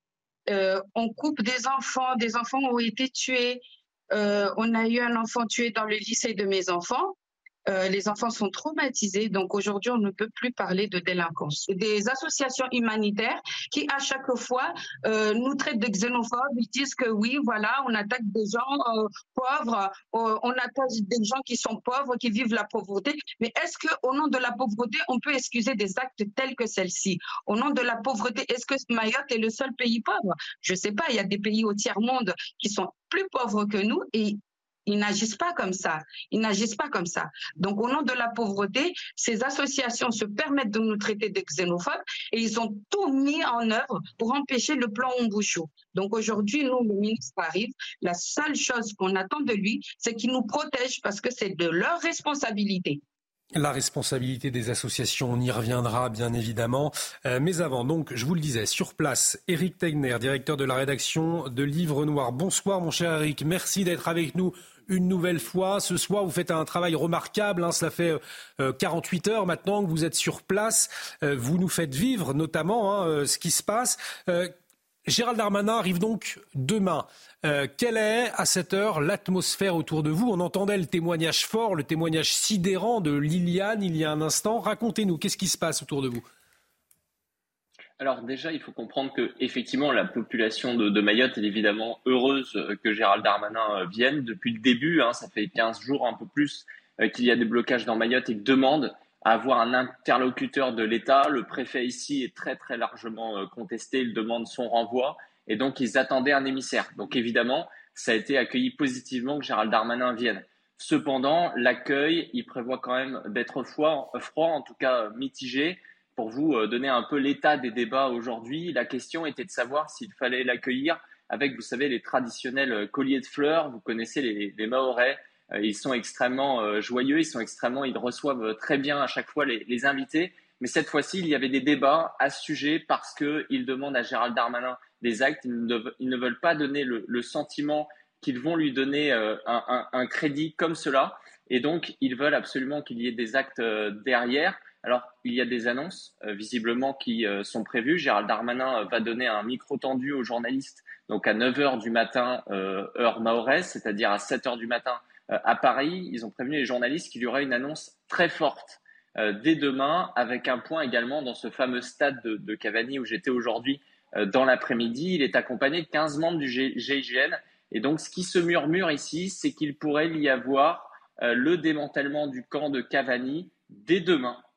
On coupe des enfants ont été tués. On a eu un enfant tué dans le lycée de mes enfants. Les enfants sont traumatisés, donc aujourd'hui on ne peut plus parler de délinquance. Des associations humanitaires qui à chaque fois nous traitent de xénophobes, ils disent que oui, voilà, on attaque des gens pauvres, on attaque des gens qui sont pauvres, qui vivent la pauvreté. Mais est-ce qu'au nom de la pauvreté, on peut excuser des actes tels que celle-ci? Au nom de la pauvreté, est-ce que Mayotte est le seul pays pauvre? Je ne sais pas, il y a des pays au tiers-monde qui sont plus pauvres que nous et ils n'agissent pas comme ça. Ils n'agissent pas comme ça. Donc, au nom de la pauvreté, ces associations se permettent de nous traiter de xénophobes et ils ont tout mis en œuvre pour empêcher le plan Ombouchou. Donc, aujourd'hui, nous, le ministre arrive. La seule chose qu'on attend de lui, c'est qu'il nous protège parce que c'est de leur responsabilité. La responsabilité des associations, on y reviendra bien évidemment. Mais avant, donc, je vous le disais, sur place, Éric Tegner, directeur de la rédaction de Livre Noir. Bonsoir mon cher Éric, merci d'être avec nous une nouvelle fois. Ce soir, vous faites un travail remarquable. Cela fait 48 heures maintenant que vous êtes sur place. Vous nous faites vivre notamment ce qui se passe. Gérald Darmanin arrive donc demain. Quelle est, à cette heure, l'atmosphère autour de vous? On entendait le témoignage fort, le témoignage sidérant de Liliane il y a un instant. Racontez-nous, qu'est-ce qui se passe autour de vous? Alors déjà, il faut comprendre que effectivement, la population de Mayotte est évidemment heureuse que Gérald Darmanin vienne. Depuis le début, ça fait 15 jours, un peu plus, qu'il y a des blocages dans Mayotte et demande à avoir un interlocuteur de l'État. Le préfet ici est très très largement contesté, il demande son renvoi et donc ils attendaient un émissaire. Donc évidemment, ça a été accueilli positivement que Gérald Darmanin vienne. Cependant, l'accueil, il prévoit quand même d'être froid, en tout cas mitigé. Pour vous donner un peu l'état des débats aujourd'hui, la question était de savoir s'il fallait l'accueillir avec, vous savez, les traditionnels colliers de fleurs. Vous connaissez les Mahorais. Ils sont extrêmement joyeux, ils reçoivent très bien à chaque fois les invités. Mais cette fois-ci, il y avait des débats à ce sujet parce qu'ils demandent à Gérald Darmanin des actes. Ils ne veulent pas donner le sentiment qu'ils vont lui donner un crédit comme cela. Et donc, ils veulent absolument qu'il y ait des actes derrière. Alors, il y a des annonces visiblement qui sont prévues. Gérald Darmanin va donner un micro tendu aux journalistes donc à 9h du matin, heure mahoraise, c'est-à-dire à 7h du matin à Paris. Ils ont prévenu les journalistes qu'il y aurait une annonce très forte dès demain, avec un point également dans ce fameux stade de Cavani où j'étais aujourd'hui dans l'après-midi. Il est accompagné de 15 membres du GIGN. Et donc, ce qui se murmure ici, c'est qu'il pourrait y avoir le démantèlement du camp de Cavani dès demain.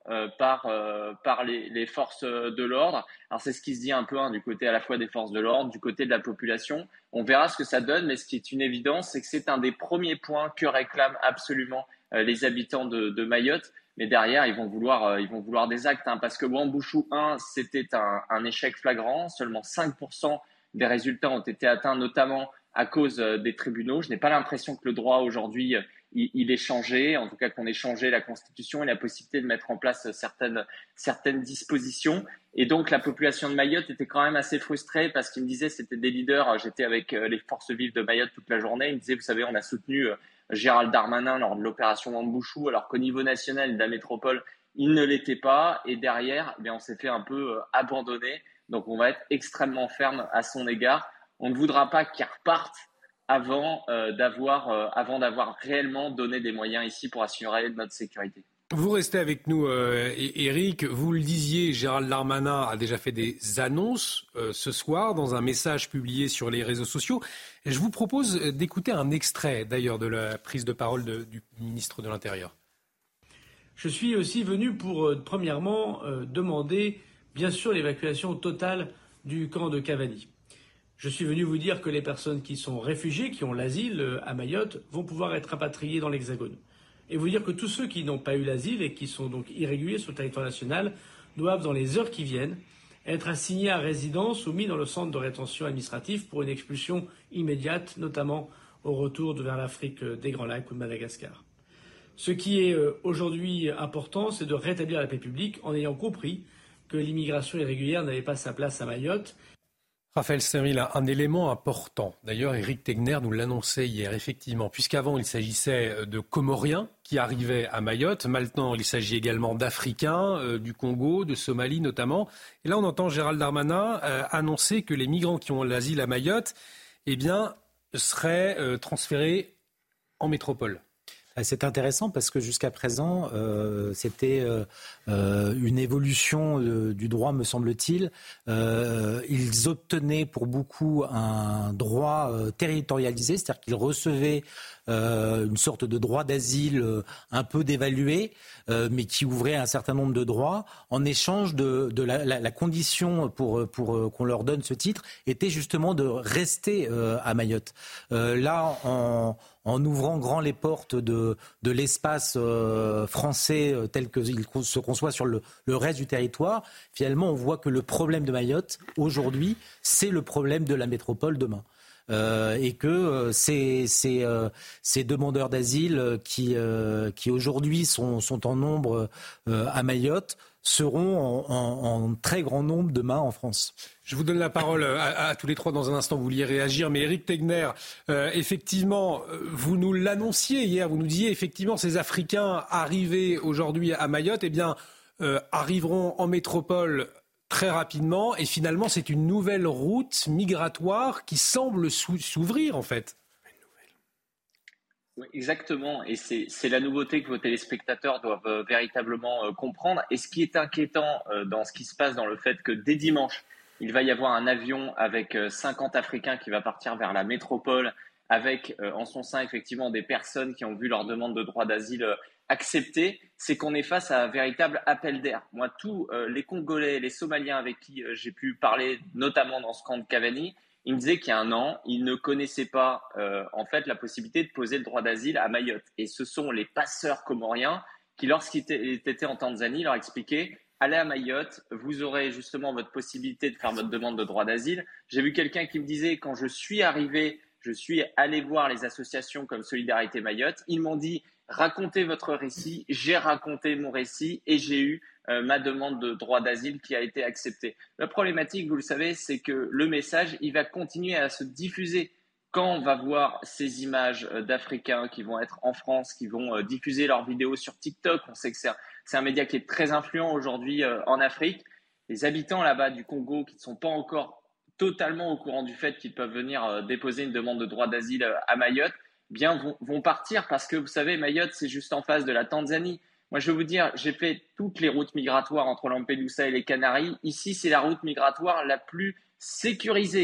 par les forces de l'ordre. Alors c'est ce qui se dit un peu du côté à la fois des forces de l'ordre, du côté de la population. On verra ce que ça donne, mais ce qui est une évidence, c'est que c'est un des premiers points que réclament absolument les habitants de Mayotte. Mais derrière, ils vont vouloir des actes, parce que Wambouchou 1, c'était un échec flagrant. Seulement 5% des résultats ont été atteints, notamment à cause des tribunaux. Je n'ai pas l'impression que le droit aujourd'hui, il est changé, en tout cas qu'on ait changé la Constitution et la possibilité de mettre en place certaines dispositions. Et donc la population de Mayotte était quand même assez frustrée parce qu'ils me disaient, c'était des leaders, j'étais avec les forces vives de Mayotte toute la journée, ils me disaient, vous savez, on a soutenu Gérald Darmanin lors de l'opération Wambouchou, alors qu'au niveau national et de la métropole, il ne l'était pas. Et derrière, on s'est fait un peu abandonner. Donc on va être extrêmement ferme à son égard. On ne voudra pas qu'il reparte avant d'avoir réellement donné des moyens ici pour assurer notre sécurité. Vous restez avec nous, Éric. Vous le disiez, Gérald Darmanin a déjà fait des annonces ce soir dans un message publié sur les réseaux sociaux. Et je vous propose d'écouter un extrait, d'ailleurs, de la prise de parole du ministre de l'Intérieur. Je suis aussi venu pour, premièrement, demander, bien sûr, l'évacuation totale du camp de Cavani. Je suis venu vous dire que les personnes qui sont réfugiées, qui ont l'asile à Mayotte, vont pouvoir être rapatriées dans l'Hexagone. Et vous dire que tous ceux qui n'ont pas eu l'asile et qui sont donc irréguliers sur le territoire national doivent, dans les heures qui viennent, être assignés à résidence ou mis dans le centre de rétention administrative pour une expulsion immédiate, notamment au retour vers l'Afrique des Grands Lacs ou de Madagascar. Ce qui est aujourd'hui important, c'est de rétablir la paix publique en ayant compris que l'immigration irrégulière n'avait pas sa place à Mayotte. Raphaël Steinville, un élément important. D'ailleurs, Éric Tegner nous l'annonçait hier, effectivement, puisqu'avant, il s'agissait de Comoriens qui arrivaient à Mayotte. Maintenant, il s'agit également d'Africains, du Congo, de Somalie notamment. Et là, on entend Gérald Darmanin annoncer que les migrants qui ont l'asile à Mayotte, seraient transférés en métropole. C'est intéressant parce que jusqu'à présent, c'était une évolution du droit, me semble-t-il. Ils obtenaient pour beaucoup un droit territorialisé, c'est-à-dire qu'ils recevaient une sorte de droit d'asile un peu dévalué, mais qui ouvrait un certain nombre de droits. En échange de la condition pour qu'on leur donne ce titre était justement de rester à Mayotte. Là, en ouvrant grand les portes de l'espace français tel qu'il se conçoit sur le reste du territoire, finalement, on voit que le problème de Mayotte, aujourd'hui, c'est le problème de la métropole demain. Et que ces demandeurs d'asile qui aujourd'hui sont en nombre à Mayotte seront en très grand nombre demain en France. Je vous donne la parole à tous les trois dans un instant, vous vouliez réagir, mais Éric Tegner, effectivement, vous nous l'annonciez hier, vous nous disiez effectivement ces Africains arrivés aujourd'hui à Mayotte, arriveront en métropole très rapidement, et finalement c'est une nouvelle route migratoire qui semble s'ouvrir en fait. Oui, exactement, et c'est la nouveauté que vos téléspectateurs doivent véritablement comprendre. Et ce qui est inquiétant dans ce qui se passe, dans le fait que dès dimanche, il va y avoir un avion avec 50 Africains qui va partir vers la métropole, avec en son sein effectivement des personnes qui ont vu leur demande de droit d'asile acceptée, c'est qu'on est face à un véritable appel d'air. Moi, tous les Congolais, les Somaliens avec qui j'ai pu parler, notamment dans ce camp de Cavani, ils me disaient qu'il y a un an, ils ne connaissaient pas en fait la possibilité de poser le droit d'asile à Mayotte. Et ce sont les passeurs comoriens qui, lorsqu'ils étaient en Tanzanie, leur expliquaient « Allez à Mayotte, vous aurez justement votre possibilité de faire votre demande de droit d'asile ». J'ai vu quelqu'un qui me disait « Quand je suis arrivé, je suis allé voir les associations comme Solidarité Mayotte. Ils m'ont dit « Racontez votre récit ». J'ai raconté mon récit et j'ai eu ma demande de droit d'asile qui a été acceptée. La problématique, vous le savez, c'est que le message, il va continuer à se diffuser. Quand on va voir ces images d'Africains qui vont être en France, qui vont diffuser leurs vidéos sur TikTok, on sait que c'est un média qui est très influent aujourd'hui en Afrique. Les habitants là-bas du Congo qui ne sont pas encore totalement au courant du fait qu'ils peuvent venir déposer une demande de droit d'asile à Mayotte, vont partir parce que, vous savez, Mayotte, c'est juste en face de la Tanzanie. Moi, je vais vous dire, j'ai fait toutes les routes migratoires entre Lampedusa et les Canaries. Ici, c'est la route migratoire la plus sécurisée.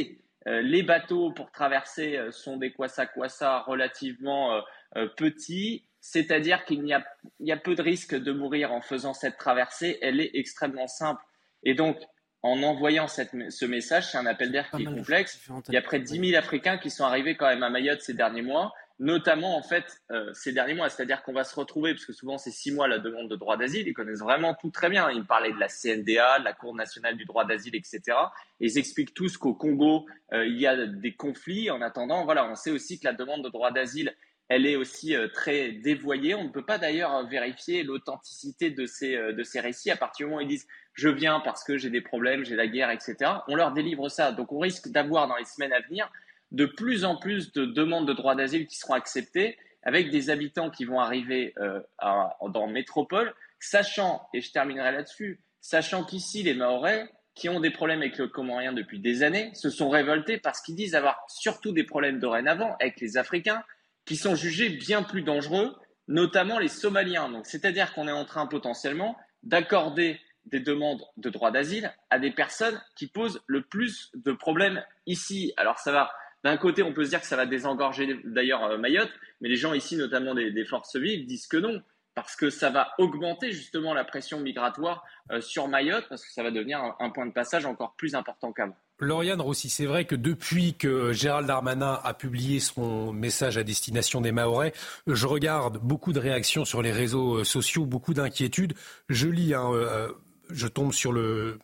Les bateaux pour traverser sont des kwassa-kwassa relativement petits, c'est-à-dire qu'il y a peu de risques de mourir en faisant cette traversée. Elle est extrêmement simple. Et donc, en envoyant ce message, c'est un appel d'air qui est complexe. Il y a près de 10 000 Africains qui sont arrivés quand même à Mayotte ces derniers mois, notamment en fait ces derniers mois. C'est-à-dire qu'on va se retrouver, parce que souvent c'est 6 mois la demande de droit d'asile, ils connaissent vraiment tout très bien. Ils me parlaient de la CNDA, de la Cour nationale du droit d'asile, etc. Et ils expliquent tous qu'au Congo, il y a des conflits. En attendant, voilà, on sait aussi que la demande de droit d'asile, elle est aussi très dévoyée. On ne peut pas d'ailleurs vérifier l'authenticité de ces récits à partir du moment où ils disent « je viens parce que j'ai des problèmes, j'ai la guerre, etc. » On leur délivre ça. Donc on risque d'avoir dans les semaines à venir de plus en plus de demandes de droit d'asile qui seront acceptées avec des habitants qui vont arriver dans métropole, sachant, et je terminerai là-dessus, sachant qu'ici les Mahorais, qui ont des problèmes avec le Comorien depuis des années, se sont révoltés parce qu'ils disent avoir surtout des problèmes dorénavant avec les Africains, qui sont jugés bien plus dangereux, notamment les Somaliens. Donc, c'est-à-dire qu'on est en train potentiellement d'accorder des demandes de droit d'asile à des personnes qui posent le plus de problèmes ici. Alors ça va, d'un côté on peut se dire que ça va désengorger d'ailleurs Mayotte, mais les gens ici, notamment des forces vives, disent que non, parce que ça va augmenter justement la pression migratoire sur Mayotte, parce que ça va devenir un point de passage encore plus important qu'avant. Lauriane Rossi, c'est vrai que depuis que Gérald Darmanin a publié son message à destination des Mahorais, je regarde beaucoup de réactions sur les réseaux sociaux, beaucoup d'inquiétudes. Je lis, je tombe sur le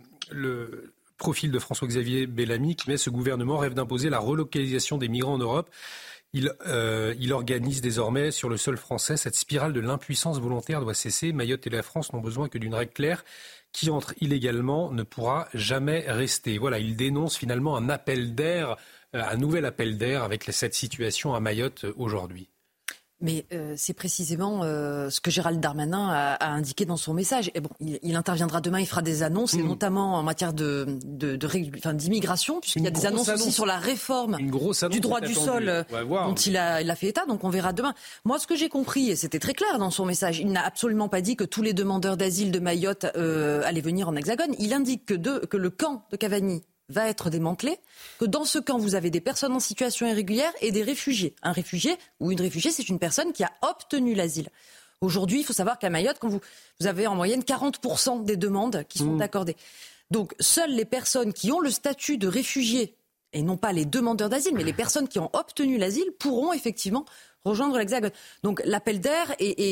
profil de François-Xavier Bellamy qui met « Ce gouvernement rêve d'imposer la relocalisation des migrants en Europe. Il organise désormais sur le sol français. Cette spirale de l'impuissance volontaire doit cesser. Mayotte et la France n'ont besoin que d'une règle claire. Qui entre illégalement ne pourra jamais rester. » Voilà, il dénonce finalement un appel d'air, un nouvel appel d'air avec cette situation à Mayotte aujourd'hui. Mais c'est précisément ce que Gérald Darmanin a indiqué dans son message. Et bon, il interviendra demain, il fera des annonces, et notamment en matière d'immigration, puisqu'il y a des annonces aussi sur la réforme du droit du sol dont il a fait état. Donc on verra demain. Moi, ce que j'ai compris, et c'était très clair dans son message, il n'a absolument pas dit que tous les demandeurs d'asile de Mayotte allaient venir en Hexagone. Il indique que le camp de Cavani va être démantelé, que dans ce camp, vous avez des personnes en situation irrégulière et des réfugiés. Un réfugié ou une réfugiée, c'est une personne qui a obtenu l'asile. Aujourd'hui, il faut savoir qu'à Mayotte, quand vous avez en moyenne 40% des demandes qui sont accordées. Donc, seules les personnes qui ont le statut de réfugié, et non pas les demandeurs d'asile, mais les personnes qui ont obtenu l'asile, pourront effectivement rejoindre l'Hexagone. Donc l'appel d'air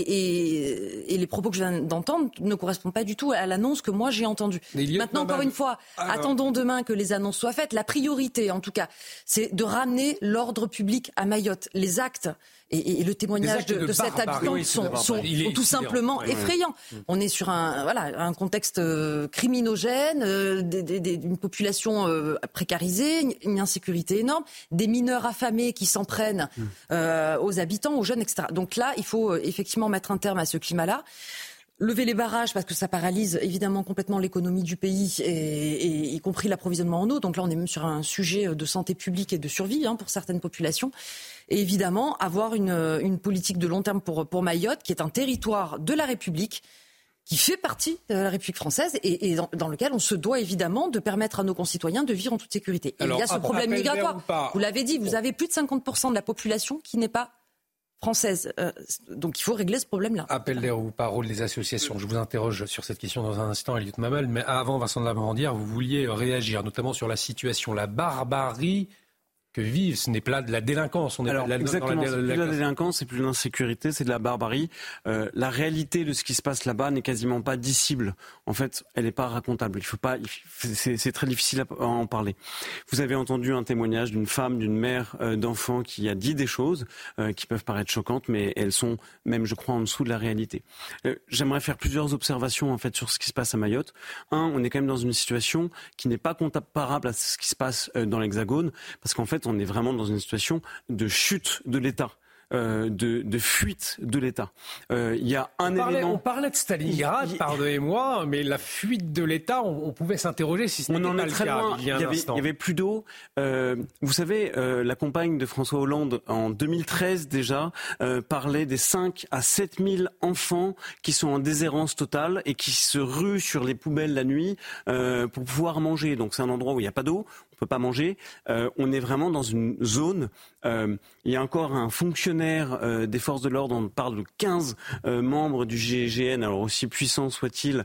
et les propos que je viens d'entendre ne correspondent pas du tout à l'annonce que moi j'ai entendue. Maintenant, encore une fois, attendons demain que les annonces soient faites. La priorité, en tout cas, c'est de ramener l'ordre public à Mayotte. Les actes et le témoignage de cet habitant sont tout simplement effrayants. On est sur un contexte criminogène, une population précarisée, une insécurité énorme, des mineurs affamés qui s'en prennent aux habitants, aux jeunes, etc. Donc là, il faut effectivement mettre un terme à ce climat-là. Lever les barrages parce que ça paralyse évidemment complètement l'économie du pays et y compris l'approvisionnement en eau. Donc là, on est même sur un sujet de santé publique et de survie pour certaines populations. Et évidemment, avoir une politique de long terme pour Mayotte, qui est un territoire de la République, qui fait partie de la République française et dans lequel on se doit évidemment de permettre à nos concitoyens de vivre en toute sécurité. Et il y a ce problème migratoire. Vous l'avez dit, vous avez plus de 50% de la population qui n'est pas française. Donc il faut régler ce problème-là. Appel d'air ou pas, rôle des associations. Je vous interroge sur cette question dans un instant, Elliott Mamel. Mais avant, Vincent de la Morandière, vous vouliez réagir, notamment sur la situation, la barbarie que vivent. Ce n'est pas de la délinquance. Exactement, c'est plus de la délinquance, c'est plus de l'insécurité, c'est de la barbarie. La réalité de ce qui se passe là-bas n'est quasiment pas dissible. En fait, elle n'est pas racontable. C'est très difficile à en parler. Vous avez entendu un témoignage d'une femme, d'une mère d'enfants qui a dit des choses qui peuvent paraître choquantes, mais elles sont même, je crois, en dessous de la réalité. J'aimerais faire plusieurs observations en fait sur ce qui se passe à Mayotte. On est quand même dans une situation qui n'est pas comparable à ce qui se passe dans l'Hexagone, parce qu'en fait, on est vraiment dans une situation de chute de l'État. De fuite de l'État. Il y a élément. On parlait de Stalingrad, pardonnez-moi, mais la fuite de l'État, on pouvait s'interroger si c'était pas le cas. Il y avait plus d'eau. Vous savez, la compagne de François Hollande, en 2013 déjà, parlait des 5 à 7 000 enfants qui sont en déshérence totale et qui se ruent sur les poubelles la nuit pour pouvoir manger. Donc c'est un endroit où il n'y a pas d'eau. peut pas manger. On est vraiment dans une zone. Il y a encore un fonctionnaire des forces de l'ordre. On parle de 15 membres du GIGN. Alors aussi puissant soit-il,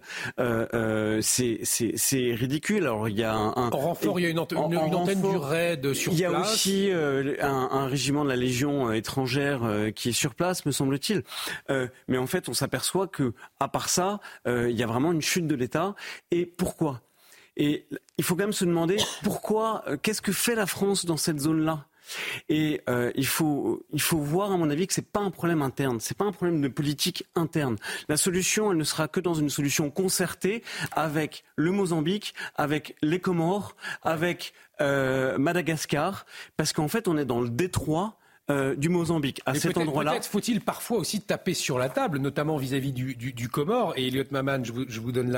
c'est ridicule. Alors il y a un renfort. Il y a une antenne du RAID sur place. Il y a aussi un régiment de la Légion étrangère qui est sur place, me semble-t-il. Mais en fait, on s'aperçoit que, à part ça, il y a vraiment une chute de l'État. Et pourquoi ? Et il faut quand même se demander pourquoi, qu'est-ce que fait la France dans cette zone-là ? Et il faut voir, à mon avis, que c'est pas un problème interne, c'est pas un problème de politique interne. La solution, elle ne sera que dans une solution concertée avec le Mozambique, avec les Comores, avec Madagascar, parce qu'en fait, on est dans le détroit du Mozambique. À cet endroit-là, peut-être faut-il parfois aussi taper sur la table, notamment vis-à-vis du Comore. Et Elliot Maman, je vous donne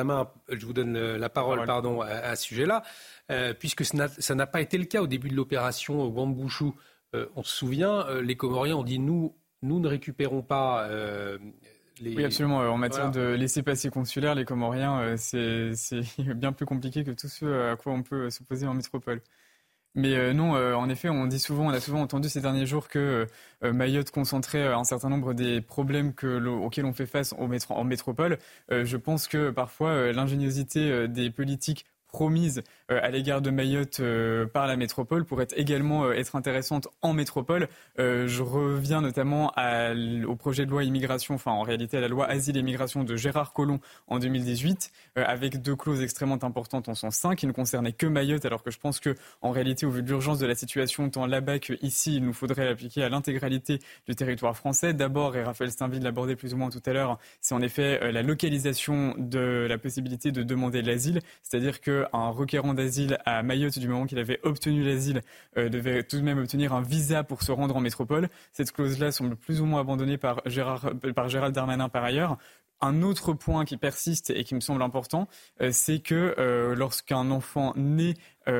la parole, à ce sujet-là, puisque ça n'a pas été le cas au début de l'opération Wambushu. On se souvient, les Comoriens ont dit nous ne récupérons pas. Oui, absolument. En matière de laissez-passer consulaire, les Comoriens, c'est bien plus compliqué que tout ce à quoi on peut s'opposer en métropole. Mais non, en effet, on a souvent entendu ces derniers jours que Mayotte concentrait un certain nombre des problèmes auxquels on fait face en métropole. Je pense que parfois l'ingéniosité des politiques promise à l'égard de Mayotte par la métropole pourrait également être intéressante en métropole. Je reviens notamment au projet de loi immigration, enfin en réalité à la loi Asile et Immigration de Gérard Collomb en 2018, avec 2 clauses extrêmement importantes en son sein qui ne concernaient que Mayotte, alors que je pense que en réalité, au vu de l'urgence de la situation, tant là-bas qu'ici, il nous faudrait l'appliquer à l'intégralité du territoire français. D'abord, et Raphaël Steinville l'abordait plus ou moins tout à l'heure, c'est en effet la localisation de la possibilité de demander l'asile, c'est-à-dire qu'un requérant d'asile à Mayotte, du moment qu'il avait obtenu l'asile, devait tout de même obtenir un visa pour se rendre en métropole. Cette clause-là semble plus ou moins abandonnée par Gérald Darmanin par ailleurs. Un autre point qui persiste et qui me semble important, c'est que lorsqu'un enfant naît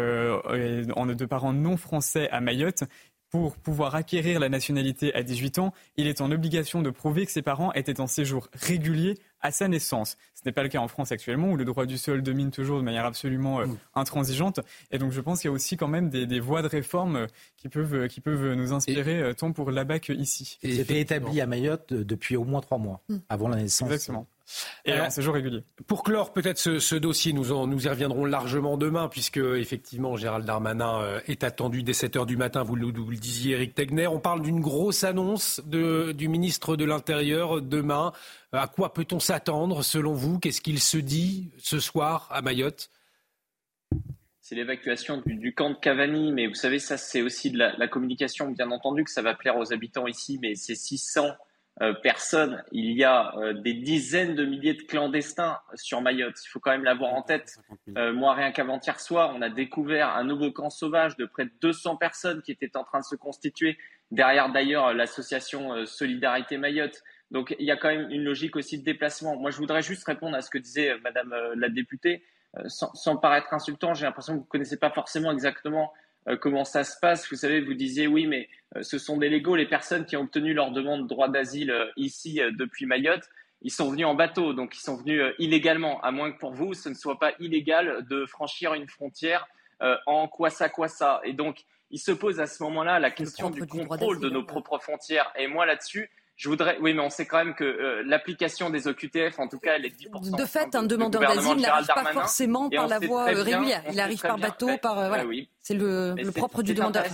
de parents non français à Mayotte, pour pouvoir acquérir la nationalité à 18 ans, il est en obligation de prouver que ses parents étaient en séjour régulier à sa naissance. Ce n'est pas le cas en France actuellement, où le droit du sol domine toujours de manière absolument intransigeante. Et donc je pense qu'il y a aussi quand même des voies de réforme qui peuvent nous inspirer tant pour là-bas qu'ici. C'était établi à Mayotte depuis au moins 3 mois, avant la naissance. Exactement. Et en séjour régulier. Pour clore peut-être ce dossier, nous y reviendrons largement demain, puisque effectivement Gérald Darmanin est attendu dès 7h du matin, vous le disiez Éric Tegner. On parle d'une grosse annonce du ministre de l'Intérieur demain. À quoi peut-on s'attendre selon vous ? Qu'est-ce qu'il se dit ce soir à Mayotte ? C'est l'évacuation du camp de Cavani, mais vous savez, ça c'est aussi de la communication, bien entendu que ça va plaire aux habitants ici, mais c'est 600 personnes. Il y a des dizaines de milliers de clandestins sur Mayotte. Il faut quand même l'avoir en tête. Moi, rien qu'avant-hier soir, on a découvert un nouveau camp sauvage de près de 200 personnes qui étaient en train de se constituer. Derrière, d'ailleurs, l'association Solidarité Mayotte. Donc, il y a quand même une logique aussi de déplacement. Moi, je voudrais juste répondre à ce que disait Madame la députée. Sans paraître insultant, j'ai l'impression que vous ne connaissez pas forcément exactement comment ça se passe. Vous savez, vous disiez oui, mais ce sont des légaux, les personnes qui ont obtenu leur demande de droit d'asile ici depuis Mayotte. Ils sont venus en bateau, donc ils sont venus illégalement, à moins que pour vous, ce ne soit pas illégal de franchir une frontière en kwassa. Et donc, il se pose à ce moment-là la question du contrôle de nos propres frontières. Et moi, là-dessus, oui, mais on sait quand même que l'application des OQTF, en tout cas, elle est 10%. De fait, un demandeur d'asile n'arrive pas forcément par la voie régulière. Il arrive par bateau, voilà. Oui. C'est le propre du demandeur.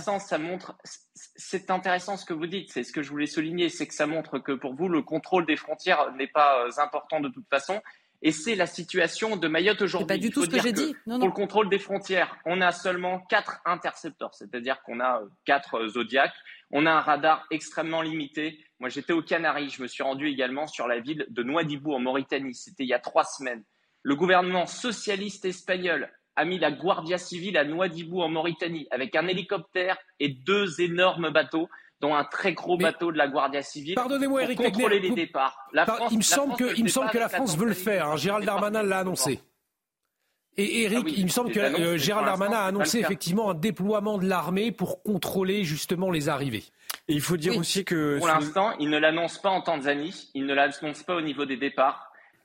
C'est intéressant ce que vous dites. C'est ce que je voulais souligner, c'est que ça montre que pour vous, le contrôle des frontières n'est pas important de toute façon. Et c'est la situation de Mayotte aujourd'hui. C'est pas du tout ce que j'ai dit. Pour le contrôle des frontières, on a seulement 4 intercepteurs, c'est-à-dire qu'on a 4 Zodiac. On a un radar extrêmement limité. Moi, j'étais aux Canaries. Je me suis rendu également sur la ville de Nouadhibou en Mauritanie. C'était il y a 3 semaines. Le gouvernement socialiste espagnol a mis la Guardia Civile à Nouadhibou en Mauritanie avec un hélicoptère et 2 énormes bateaux, dont un très gros bateau de la Guardia Civile. Pardonnez-moi, Éric Tegner. Contrôler les départs. Il me semble que la France veut le faire. Gérald Darmanin l'a annoncé. Et Éric, il me semble que Gérald Darmanin a annoncé effectivement un déploiement de l'armée pour contrôler justement les arrivées. Et il faut dire aussi que... Pour l'instant, il ne l'annonce pas en Tanzanie, il ne l'annonce pas au niveau des départs.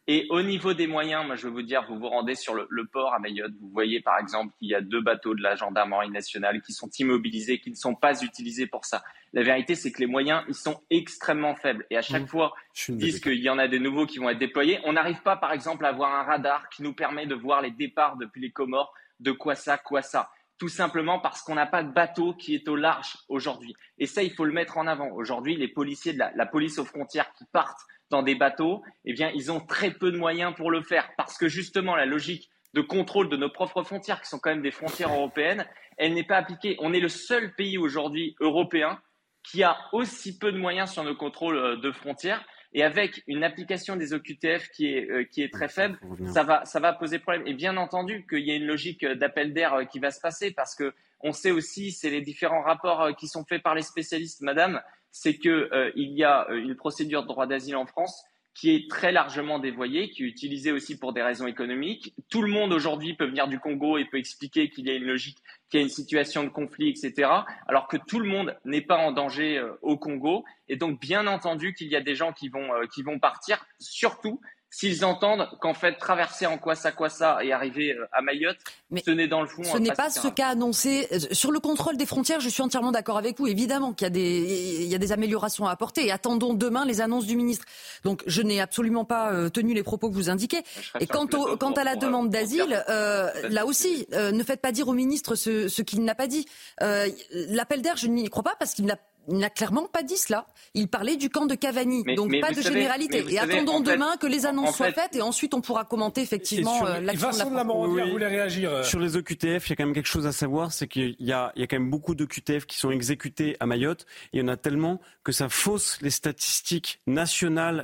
Et au niveau des moyens, moi je veux vous dire, vous vous rendez sur le port à Mayotte, vous voyez par exemple qu'il y a 2 bateaux de la gendarmerie nationale qui sont immobilisés, qui ne sont pas utilisés pour ça. La vérité, c'est que les moyens, ils sont extrêmement faibles. Et à chaque fois, ils disent qu'il y en a des nouveaux qui vont être déployés. On n'arrive pas, par exemple, à avoir un radar qui nous permet de voir les départs depuis les Comores de Kwassa. Tout simplement parce qu'on n'a pas de bateau qui est au large aujourd'hui. Et ça, il faut le mettre en avant. Aujourd'hui, les policiers de la police aux frontières qui partent dans des bateaux, eh bien, ils ont très peu de moyens pour le faire parce que justement, la logique de contrôle de nos propres frontières, qui sont quand même des frontières européennes, elle n'est pas appliquée. On est le seul pays aujourd'hui européen qui a aussi peu de moyens sur nos contrôles de frontières. Et avec une application des OQTF qui est très faible, ça va poser problème. Et bien entendu qu'il y a une logique d'appel d'air qui va se passer parce que on sait aussi, c'est les différents rapports qui sont faits par les spécialistes, madame, c'est qu'il y a une procédure de droit d'asile en France qui est très largement dévoyée, qui est utilisée aussi pour des raisons économiques. Tout le monde aujourd'hui peut venir du Congo et peut expliquer qu'il y a une logique, qu'il y a une situation de conflit, etc. Alors que tout le monde n'est pas en danger au Congo. Et donc, bien entendu qu'il y a des gens qui vont partir, surtout s'ils entendent qu'en fait, traverser en Kwassa et arriver à Mayotte, ce n'est dans le fond... Ce n'est pas ce qu'a annoncé. Sur le contrôle des frontières, je suis entièrement d'accord avec vous. Évidemment qu'il y a des améliorations à apporter. Et attendons demain les annonces du ministre. Donc, je n'ai absolument pas tenu les propos que vous indiquez. Et quant à la demande d'asile, là aussi, ne faites pas dire au ministre ce qu'il n'a pas dit. L'appel d'air, je n'y crois pas parce qu'il n'a clairement pas dit cela. Il parlait du camp de Cavani, donc pas de généralité. Et attendons demain que les annonces soient faites et ensuite on pourra commenter effectivement l'action de la France. Vincent de la Morandière voulait réagir. Sur les OQTF, il y a quand même quelque chose à savoir, c'est qu'il y a quand même beaucoup d'OQTF qui sont exécutés à Mayotte. Il y en a tellement que ça fausse les statistiques nationales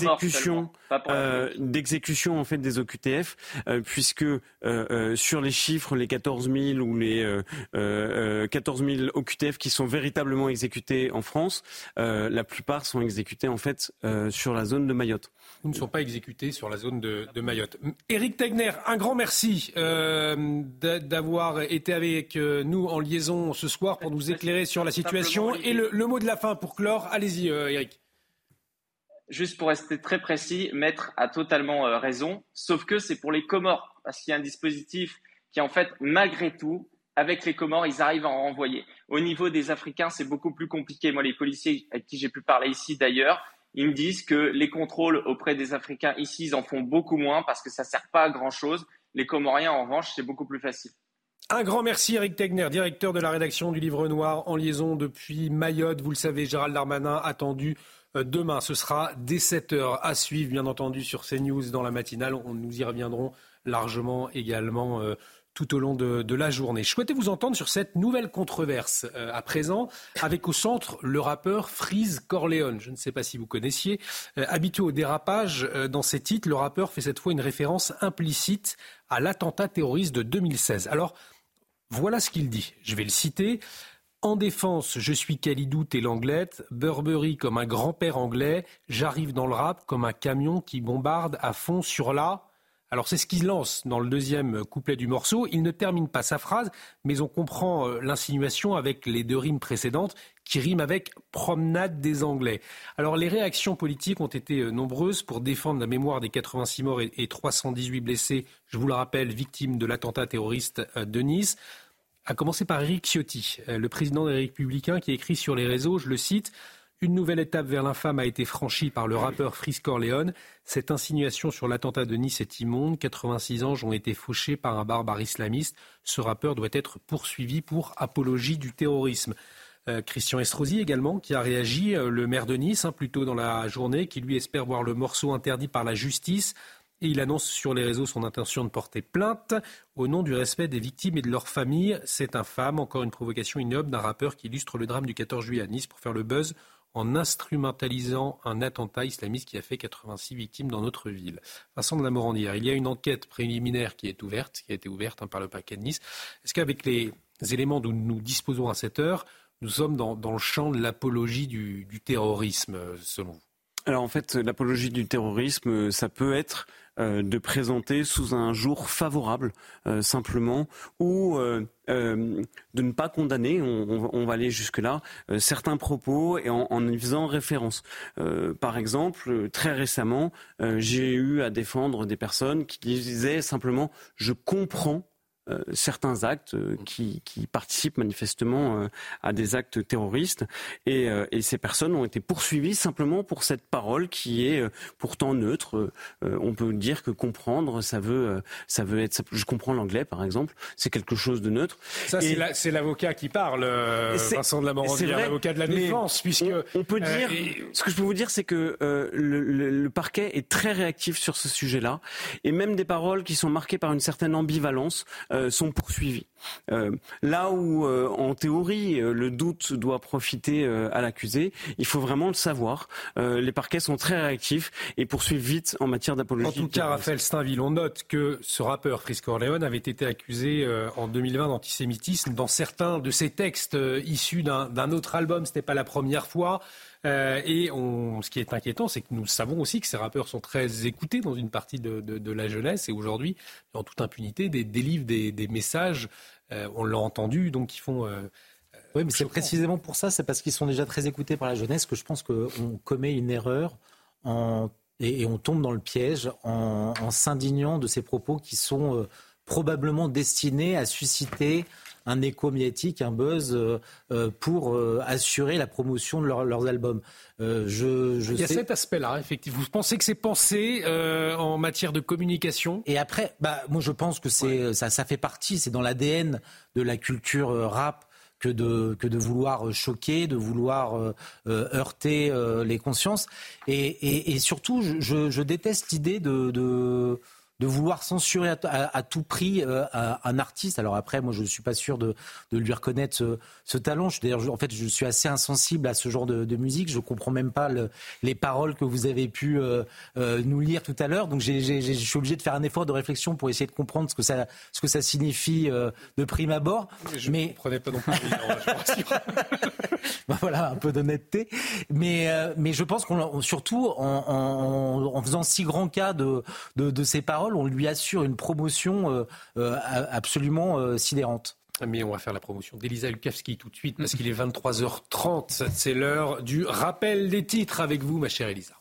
d'exécution en fait des OQTF, puisque sur les chiffres, les 14 000 ou les 14 000 OQTF qui sont véritablement exécutés en France, la plupart sont exécutés en fait sur la zone de Mayotte. Ils ne sont pas exécutés sur la zone de Mayotte. Éric Tegner, un grand merci d'avoir été avec nous en liaison ce soir pour nous éclairer sur la situation. Et le mot de la fin pour clore, allez-y Éric. Juste pour rester très précis, Maître a totalement raison, sauf que c'est pour les Comores, parce qu'il y a un dispositif qui en fait, malgré tout, avec les Comores, ils arrivent à en renvoyer. Au niveau des Africains, c'est beaucoup plus compliqué. Moi, les policiers avec qui j'ai pu parler ici d'ailleurs, ils me disent que les contrôles auprès des Africains ici, ils en font beaucoup moins parce que ça ne sert pas à grand-chose. Les Comoriens, en revanche, c'est beaucoup plus facile. Un grand merci Éric Tegner, directeur de la rédaction du Livre Noir, en liaison depuis Mayotte. Vous le savez, Gérald Darmanin attendu demain. Ce sera dès 7h à suivre, bien entendu, sur CNews dans la matinale. Nous y reviendrons largement également tout au long de la journée. Je souhaitais vous entendre sur cette nouvelle controverse à présent, avec au centre le rappeur Freeze Corleone. Je ne sais pas si vous connaissiez. Habitué au dérapage dans ses titres, le rappeur fait cette fois une référence implicite à l'attentat terroriste de 2016. Alors, voilà ce qu'il dit. Je vais le citer. En défense, je suis Kalidou et Langlette, Burberry comme un grand-père anglais, j'arrive dans le rap comme un camion qui bombarde à fond sur la... Alors c'est ce qu'il lance dans le deuxième couplet du morceau. Il ne termine pas sa phrase, mais on comprend l'insinuation avec les 2 rimes précédentes qui riment avec promenade des Anglais. Alors les réactions politiques ont été nombreuses pour défendre la mémoire des 86 morts et 318 blessés, je vous le rappelle, victimes de l'attentat terroriste de Nice. À commencer par Éric Ciotti, le président des Républicains, qui écrit sur les réseaux, je le cite, « Une nouvelle étape vers l'infâme a été franchie par le rappeur Freeze Corleone. Cette insinuation sur l'attentat de Nice est immonde. 86 anges ont été fauchés par un barbare islamiste. Ce rappeur doit être poursuivi pour apologie du terrorisme. » Christian Estrosi également, qui a réagi, le maire de Nice, plus tôt dans la journée, qui lui espère voir le morceau interdit par la justice. Et il annonce sur les réseaux son intention de porter plainte au nom du respect des victimes et de leurs familles. C'est infâme, encore une provocation ignoble d'un rappeur qui illustre le drame du 14 juillet à Nice pour faire le buzz en instrumentalisant un attentat islamiste qui a fait 86 victimes dans notre ville. Vincent de la Morandière, il y a une enquête préliminaire qui a été ouverte par le parquet de Nice. Est-ce qu'avec les éléments dont nous disposons à cette heure, nous sommes dans le champ de l'apologie du terrorisme, selon vous ? Alors en fait, l'apologie du terrorisme, ça peut être de présenter sous un jour favorable, simplement, ou de ne pas condamner, on va aller jusque-là, certains propos et en y faisant référence. Par exemple, très récemment, j'ai eu à défendre des personnes qui disaient simplement « je comprends » certains actes qui participent manifestement à des actes terroristes et ces personnes ont été poursuivies simplement pour cette parole qui est pourtant neutre. On peut dire que comprendre, ça veut être. Je comprends l'anglais par exemple, c'est quelque chose de neutre. Ça c'est l'avocat qui parle, Vincent de la Morandière, l'avocat de la défense, puisque on peut dire. Ce que je peux vous dire, c'est que le parquet est très réactif sur ce sujet-là et même des paroles qui sont marquées par une certaine ambivalence sont poursuivis. Là où, en théorie, le doute doit profiter à l'accusé, il faut vraiment le savoir. Les parquets sont très réactifs et poursuivent vite en matière d'apologie. En tout cas, Raphaël Steinville, on note que ce rappeur, Freeze Corleone, avait été accusé en 2020 d'antisémitisme dans certains de ses textes issus d'un autre album. Ce n'était pas la première fois. Ce qui est inquiétant, c'est que nous savons aussi que ces rappeurs sont très écoutés dans une partie de la jeunesse et aujourd'hui, en toute impunité, délivrent des messages, on l'a entendu, donc ils font... oui, mais c'est précisément pour ça, c'est parce qu'ils sont déjà très écoutés par la jeunesse que je pense qu'on commet une erreur et on tombe dans le piège en s'indignant de ces propos qui sont probablement destinés à susciter un écho médiatique, un buzz pour assurer la promotion de leurs albums. Il y a cet aspect-là, effectivement. Vous pensez que c'est pensé en matière de communication ? Et après, moi je pense que ça fait partie, c'est dans l'ADN de la culture rap que de vouloir choquer, de vouloir heurter les consciences. Et surtout, je déteste l'idée de vouloir censurer à tout prix un artiste. Alors après, moi, je ne suis pas sûr de lui reconnaître ce talent. D'ailleurs, en fait, je suis assez insensible à ce genre de musique. Je ne comprends même pas les paroles que vous avez pu nous lire tout à l'heure. Donc, je suis obligé de faire un effort de réflexion pour essayer de comprendre ce que ça signifie de prime abord. Je ne comprenais pas non plus. Je vous rassure. Voilà, un peu d'honnêteté. Mais je pense surtout en faisant si grand cas de ces paroles, on lui assure une promotion absolument sidérante. Mais on va faire la promotion d'Elisa Lukavski tout de suite parce qu'il est 23h30. C'est l'heure du rappel des titres avec vous, ma chère Elisa.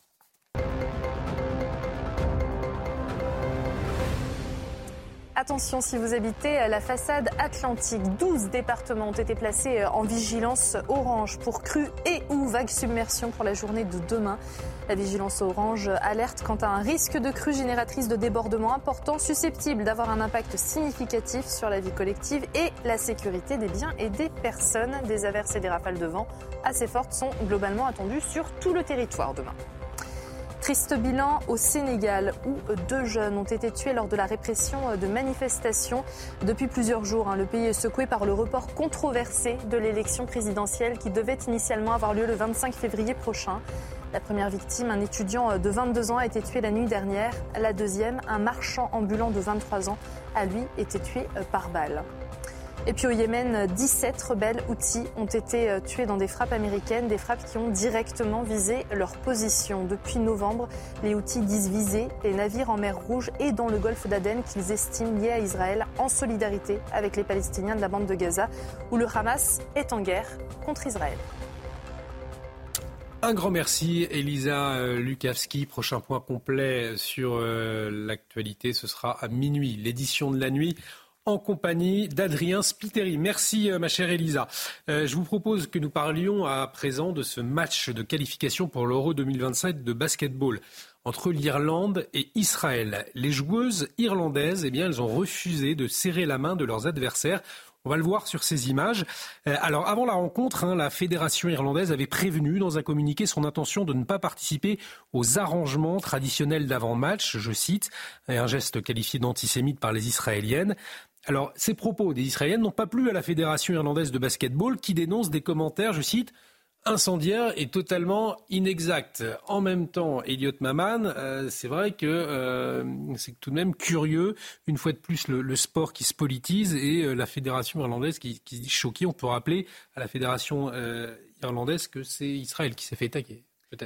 Attention, si vous habitez la façade atlantique, 12 départements ont été placés en vigilance orange pour crues et ou vagues submersion pour la journée de demain. La vigilance orange alerte quant à un risque de crue génératrice de débordements importants susceptibles d'avoir un impact significatif sur la vie collective et la sécurité des biens et des personnes. Des averses et des rafales de vent assez fortes sont globalement attendues sur tout le territoire demain. Triste bilan au Sénégal où 2 jeunes ont été tués lors de la répression de manifestations. Depuis plusieurs jours, le pays est secoué par le report controversé de l'élection présidentielle qui devait initialement avoir lieu le 25 février prochain. La première victime, un étudiant de 22 ans, a été tué la nuit dernière. La deuxième, un marchand ambulant de 23 ans, a lui été tué par balle. Et puis au Yémen, 17 rebelles Houthis ont été tués dans des frappes américaines, des frappes qui ont directement visé leur position. Depuis novembre, les Houthis disent viser les navires en mer Rouge et dans le golfe d'Aden qu'ils estiment liés à Israël en solidarité avec les Palestiniens de la bande de Gaza où le Hamas est en guerre contre Israël. Un grand merci, Elisa Lukavski. Prochain point complet sur l'actualité, ce sera à minuit, l'édition de la nuit, en compagnie d'Adrien Spiteri. Merci, ma chère Elisa. Je vous propose que nous parlions à présent de ce match de qualification pour l'Euro 2027 de basketball entre l'Irlande et Israël. Les joueuses irlandaises, elles ont refusé de serrer la main de leurs adversaires. On va le voir sur ces images. Alors, avant la rencontre, la fédération irlandaise avait prévenu dans un communiqué son intention de ne pas participer aux arrangements traditionnels d'avant-match, je cite, un geste qualifié d'antisémite par les Israéliennes. Alors, ces propos des Israéliennes n'ont pas plu à la fédération irlandaise de basketball qui dénonce des commentaires, je cite, incendiaire et totalement inexact. En même temps, Elliot Maman, c'est vrai que c'est tout de même curieux, une fois de plus, le sport qui se politise et la fédération irlandaise qui se dit choquée. On peut rappeler à la fédération irlandaise que c'est Israël qui s'est fait attaquer, peut-être.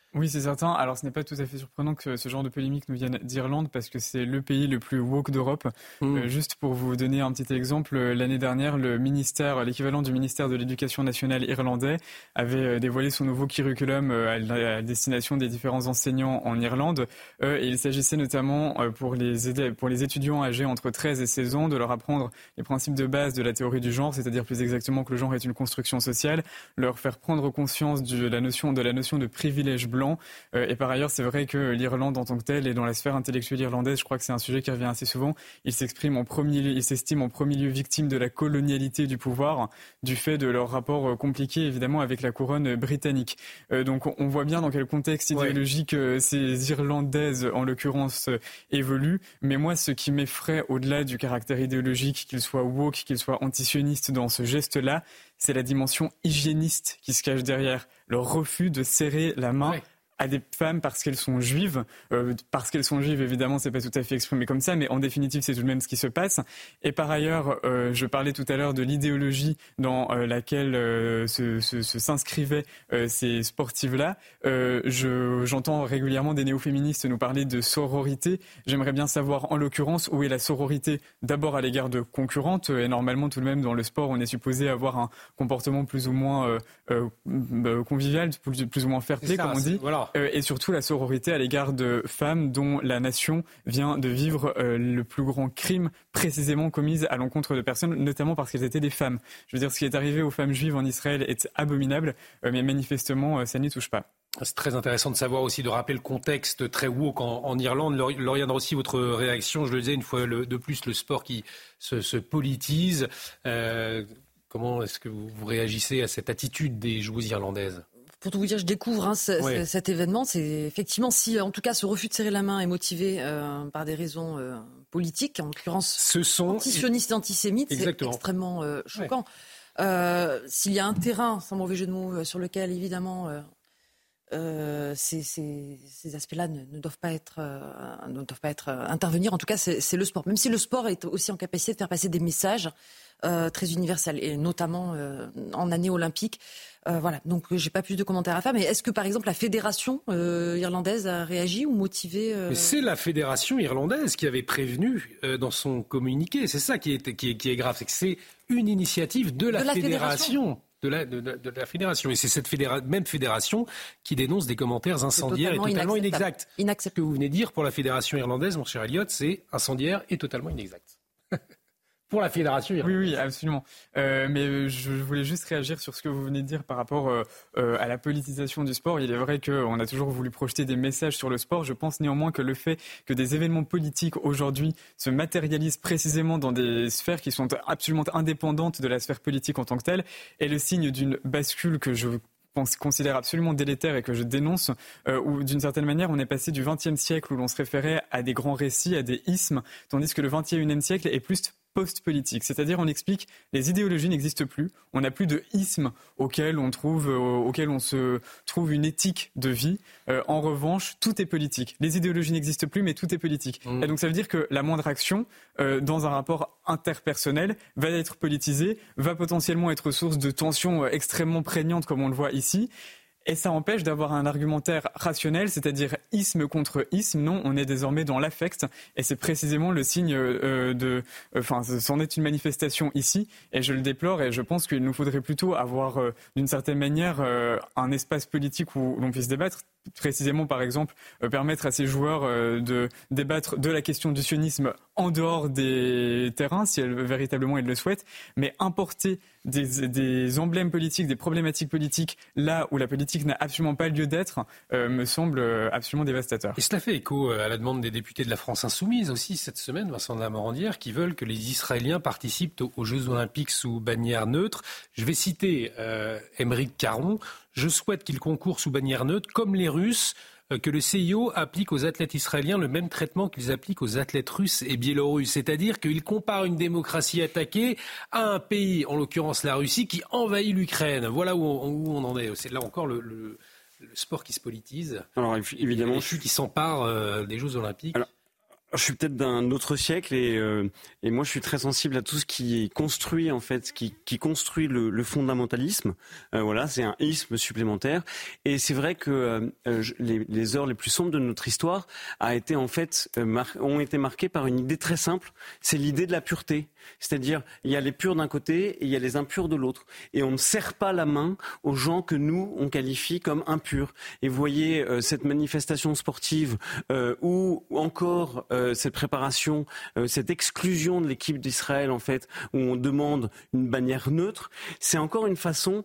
Oui, c'est certain. Alors, ce n'est pas tout à fait surprenant que ce genre de polémique nous vienne d'Irlande parce que c'est le pays le plus woke d'Europe. Juste pour vous donner un petit exemple, l'année dernière, l'équivalent du ministère de l'Éducation nationale irlandais avait dévoilé son nouveau curriculum à la destination des différents enseignants en Irlande. Et il s'agissait notamment pour les étudiants âgés entre 13 et 16 ans de leur apprendre les principes de base de la théorie du genre, c'est-à-dire plus exactement que le genre est une construction sociale, leur faire prendre conscience de la notion de privilège blanc. Et par ailleurs, c'est vrai que l'Irlande en tant que telle et dans la sphère intellectuelle irlandaise, je crois que c'est un sujet qui revient assez souvent. Il s'estime en premier lieu victime de la colonialité du pouvoir, du fait de leur rapport compliqué évidemment avec la couronne britannique. Donc on voit bien dans quel contexte idéologique ces Irlandaises en l'occurrence évoluent. Mais moi, ce qui m'effraie au-delà du caractère idéologique, qu'il soit woke, qu'il soit antisioniste dans ce geste-là, c'est la dimension hygiéniste qui se cache derrière. Leur refus de serrer la main à des femmes parce qu'elles sont juives. Parce qu'elles sont juives, évidemment, c'est pas tout à fait exprimé comme ça, mais en définitive, c'est tout de même ce qui se passe. Et par ailleurs, je parlais tout à l'heure de l'idéologie dans laquelle s'inscrivaient ces sportives-là. J'entends régulièrement des néo-féministes nous parler de sororité. J'aimerais bien savoir, en l'occurrence, où est la sororité d'abord à l'égard de concurrentes. Et normalement, tout de même, dans le sport, on est supposé avoir un comportement plus ou moins convivial, plus ou moins fair-play, comme on dit. Voilà. Et surtout la sororité à l'égard de femmes dont la nation vient de vivre le plus grand crime précisément commis à l'encontre de personnes, notamment parce qu'elles étaient des femmes. Je veux dire, ce qui est arrivé aux femmes juives en Israël est abominable, mais manifestement, ça n'y touche pas. C'est très intéressant de savoir aussi, de rappeler le contexte très woke en Irlande. Lauriane Rossi, votre réaction, je le disais une fois de plus, le sport qui se politise. Comment est-ce que vous réagissez à cette attitude des joueuses irlandaises ? Pour tout vous dire, je découvre cet événement. C'est effectivement, si en tout cas ce refus de serrer la main est motivé par des raisons politiques, en l'occurrence antisionistes et antisémites, c'est extrêmement choquant. S'il y a un terrain, sans mauvais jeu de mots, sur lequel évidemment ces aspects-là ne doivent pas être intervenir. En tout cas, c'est le sport. Même si le sport est aussi en capacité de faire passer des messages très universels, et notamment en année olympique. Voilà, donc j'ai pas plus de commentaires à faire. Mais est-ce que par exemple la fédération irlandaise a réagi ou motivé Mais c'est la fédération irlandaise qui avait prévenu dans son communiqué. C'est ça qui est grave, c'est que c'est une initiative de la fédération. De la fédération. Et c'est cette même fédération qui dénonce des commentaires incendiaires et totalement inexacts. Ce que vous venez de dire pour la fédération irlandaise, mon cher Elliott, c'est incendiaire et totalement inexact. Pour la fédération irlandaise. Oui, absolument. Mais je voulais juste réagir sur ce que vous venez de dire par rapport à la politisation du sport. Il est vrai qu'on a toujours voulu projeter des messages sur le sport. Je pense néanmoins que le fait que des événements politiques aujourd'hui se matérialisent précisément dans des sphères qui sont absolument indépendantes de la sphère politique en tant que telle est le signe d'une bascule que je considère absolument délétère et que je dénonce, où d'une certaine manière on est passé du XXe siècle où l'on se référait à des grands récits, à des ismes, tandis que le XXIe siècle est plus post-politique. C'est-à-dire, on explique, les idéologies n'existent plus, on n'a plus de isme auquel on se trouve une éthique de vie. En revanche, tout est politique. Les idéologies n'existent plus, mais tout est politique. Et donc ça veut dire que la moindre action dans un rapport interpersonnel va être politisée, va potentiellement être source de tensions extrêmement prégnantes comme on le voit ici. Et ça empêche d'avoir un argumentaire rationnel, c'est-à-dire isme contre isme. Non, on est désormais dans l'affect. Et c'est précisément le signe c'en est une manifestation ici. Et je le déplore et je pense qu'il nous faudrait plutôt avoir, d'une certaine manière, un espace politique où l'on puisse débattre. Précisément, par exemple, permettre à ces joueurs de débattre de la question du sionisme en dehors des terrains, si véritablement ils le souhaitent, mais importer des emblèmes politiques, des problématiques politiques, là où la politique n'a absolument pas lieu d'être, me semble absolument dévastateur. Et cela fait écho à la demande des députés de la France Insoumise aussi cette semaine, Vincent de la Morandière, qui veulent que les Israéliens participent aux Jeux Olympiques sous bannière neutre. Je vais citer Aymeric Caron. Je souhaite qu'ils concourent sous bannière neutre, comme les Russes, que le CIO applique aux athlètes israéliens le même traitement qu'ils appliquent aux athlètes russes et biélorusses. C'est-à-dire qu'ils comparent une démocratie attaquée à un pays, en l'occurrence la Russie, qui envahit l'Ukraine. Voilà où on en est. C'est là encore le sport qui se politise. Alors évidemment, qui s'empare des Jeux Olympiques. Je suis peut-être d'un autre siècle et moi je suis très sensible à tout ce qui construit en fait, qui construit le fondamentalisme. Voilà, c'est un isme supplémentaire. Et c'est vrai que les heures les plus sombres de notre histoire ont été marquées par une idée très simple. C'est l'idée de la pureté. C'est-à-dire, il y a les purs d'un côté et il y a les impurs de l'autre. Et on ne serre pas la main aux gens que nous on qualifie comme impurs. Et vous voyez cette manifestation sportive ou encore cette préparation, cette exclusion de l'équipe d'Israël en fait, où on demande une bannière neutre, c'est encore une façon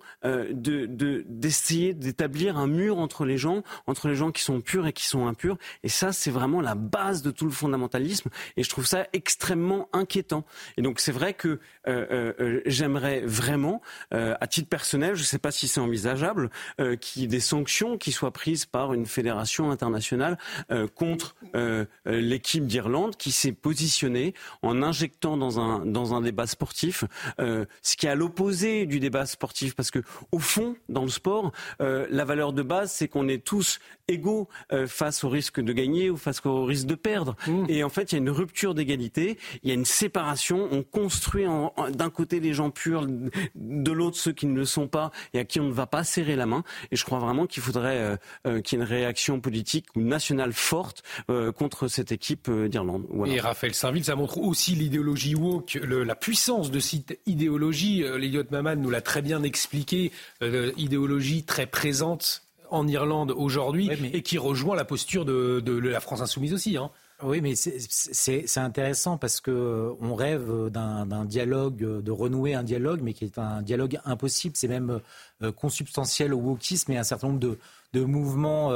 d'essayer d'établir un mur entre les gens qui sont purs et qui sont impurs. Et ça, c'est vraiment la base de tout le fondamentalisme. Et je trouve ça extrêmement inquiétant. Et donc c'est vrai que j'aimerais vraiment, à titre personnel, je ne sais pas si c'est envisageable, qu'il y ait des sanctions qui soient prises par une fédération internationale contre l'équipe d'Irlande qui s'est positionnée en injectant dans un débat sportif ce qui est à l'opposé du débat sportif, parce que au fond, dans le sport, la valeur de base, c'est qu'on est tous égaux face au risque de gagner ou face au risque de perdre. Et en fait, il y a une rupture d'égalité, il y a une séparation, on construit d'un côté les gens purs, de l'autre ceux qui ne le sont pas et à qui on ne va pas serrer la main. Et je crois vraiment qu'il faudrait qu'il y ait une réaction politique ou nationale forte contre cette équipe d'Irlande. Voilà. Et Raphaël Saint-Ville, ça montre aussi l'idéologie woke, la puissance de cette idéologie. Elliot Maman nous l'a très bien expliqué, idéologie très présente en Irlande aujourd'hui, et qui rejoint la posture de la France insoumise aussi. Oui, mais c'est intéressant parce que on rêve d'un dialogue, de renouer un dialogue, mais qui est un dialogue impossible. C'est même consubstantiel au wokisme et un certain nombre de mouvements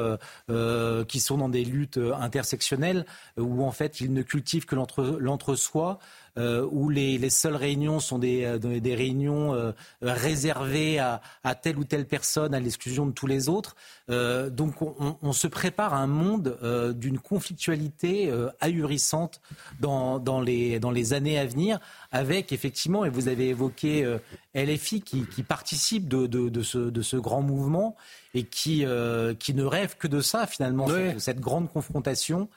qui sont dans des luttes intersectionnelles où en fait ils ne cultivent que l'entre-soi, où les seules réunions sont des réunions réservées à telle ou telle personne, à l'exclusion de tous les autres. Donc on se prépare à un monde d'une conflictualité ahurissante dans les années à venir, avec effectivement, et vous avez évoqué LFI qui participe de ce grand mouvement et qui ne rêve que de ça finalement, cette grande confrontation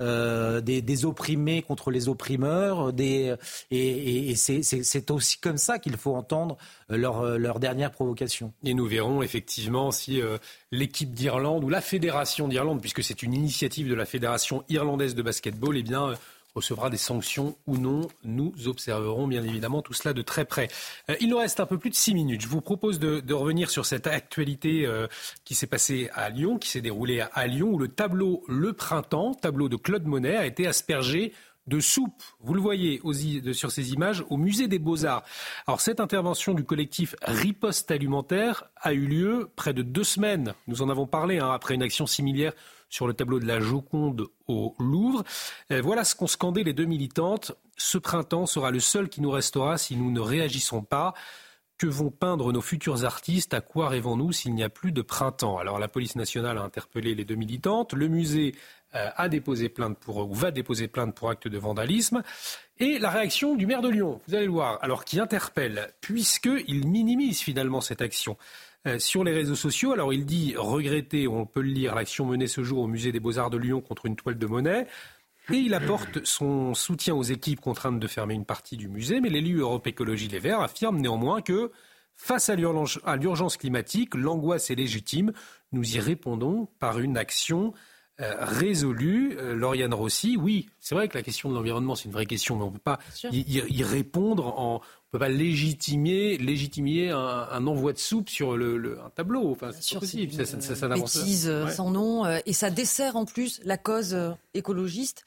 des opprimés contre les opprimeurs, et c'est aussi comme ça qu'il faut entendre leur dernière provocation. Et nous verrons effectivement si l'équipe d'Irlande ou la fédération d'Irlande, puisque c'est une initiative de la fédération irlandaise de basketball, recevra des sanctions ou non. Nous observerons bien évidemment tout cela de très près. Il nous reste un peu plus de 6 minutes. Je vous propose de revenir sur cette actualité qui s'est passée à Lyon, qui s'est déroulée à Lyon, où le tableau Le Printemps, tableau de Claude Monet, a été aspergé de soupe. Vous le voyez sur ces images au musée des Beaux-Arts. Alors cette intervention du collectif Riposte Alimentaire a eu lieu près de 2 semaines. Nous en avons parlé après une action similaire sur le tableau de la Joconde au Louvre. Voilà ce qu'ont scandé les 2 militantes. Ce printemps sera le seul qui nous restera si nous ne réagissons pas. Que vont peindre nos futurs artistes ? À quoi rêvons-nous s'il n'y a plus de printemps ? Alors la police nationale a interpellé les 2 militantes. Le musée va déposer plainte pour acte de vandalisme. Et la réaction du maire de Lyon, vous allez le voir, alors qui interpelle, puisqu'il minimise finalement cette action. Sur les réseaux sociaux, alors il dit regretter, on peut le lire, l'action menée ce jour au musée des Beaux-Arts de Lyon contre une toile de Monet. Et il apporte son soutien aux équipes contraintes de fermer une partie du musée. Mais l'élu Europe Écologie Les Verts affirme néanmoins que face à l'urgence climatique, l'angoisse est légitime. Nous y répondons par une action résolue. Lauriane Rossi, oui, c'est vrai que la question de l'environnement, c'est une vraie question, mais on ne peut pas y répondre on ne peut pas légitimer un envoi de soupe sur un tableau. Enfin, c'est pas possible. Ça n'avance pas. Bêtise sans nom. Et ça dessert en plus la cause écologique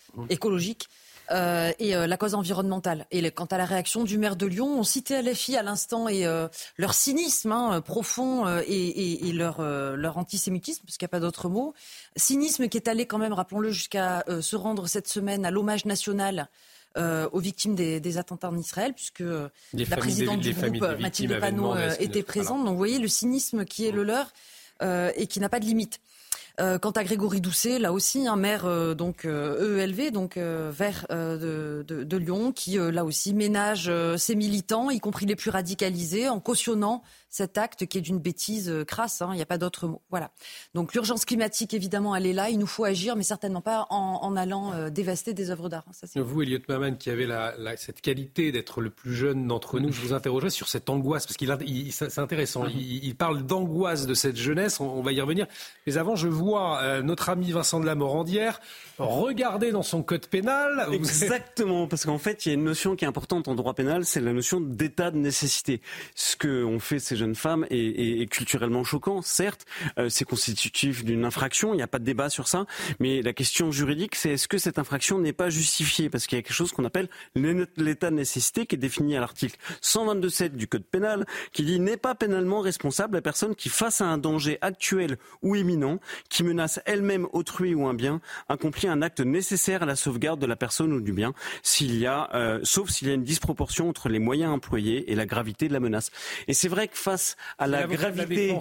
et la cause environnementale. Et quant à la réaction du maire de Lyon, on citait LFI à l'instant et leur cynisme profond et leur antisémitisme, parce qu'il n'y a pas d'autre mot. Cynisme qui est allé quand même, rappelons-le, jusqu'à se rendre cette semaine à l'hommage national aux victimes des attentats en Israël, puisque la présidente du groupe, Mathilde Panot, était présente. Donc vous voyez le cynisme qui est le leur et qui n'a pas de limite. Quant à Grégory Doucet, là aussi, un maire EELV, vert de Lyon, qui là aussi ménage ses militants, y compris les plus radicalisés, en cautionnant cet acte qui est d'une bêtise crasse, il n'y a pas d'autre mot. Voilà. Donc l'urgence climatique, évidemment, elle est là, il nous faut agir, mais certainement pas en allant dévaster des œuvres d'art. Ça, c'est vous, Elliot Maman, qui avez cette qualité d'être le plus jeune d'entre nous, je vous interrogerai sur cette angoisse, parce c'est intéressant, il parle d'angoisse de cette jeunesse, on va y revenir. Mais avant, je vois notre ami Vincent de la Morandière regarder dans son code pénal. Exactement, parce qu'en fait, il y a une notion qui est importante en droit pénal, c'est la notion d'état de nécessité. Ce qu'ont fait ces jeunes femmes est culturellement choquant, certes, c'est constitutif d'une infraction, il n'y a pas de débat sur ça, mais la question juridique, c'est est-ce que cette infraction n'est pas justifiée, parce qu'il y a quelque chose qu'on appelle l'état de nécessité qui est défini à l'article 122.7 du Code pénal, qui dit « n'est pas pénalement responsable la personne qui, face à un danger actuel ou imminent, qui menace elle-même autrui ou un bien, accomplit un acte nécessaire à la sauvegarde de la personne ou du bien, sauf s'il y a une disproportion entre les moyens employés et la gravité de la menace. » Et c'est vrai que face à la gravité,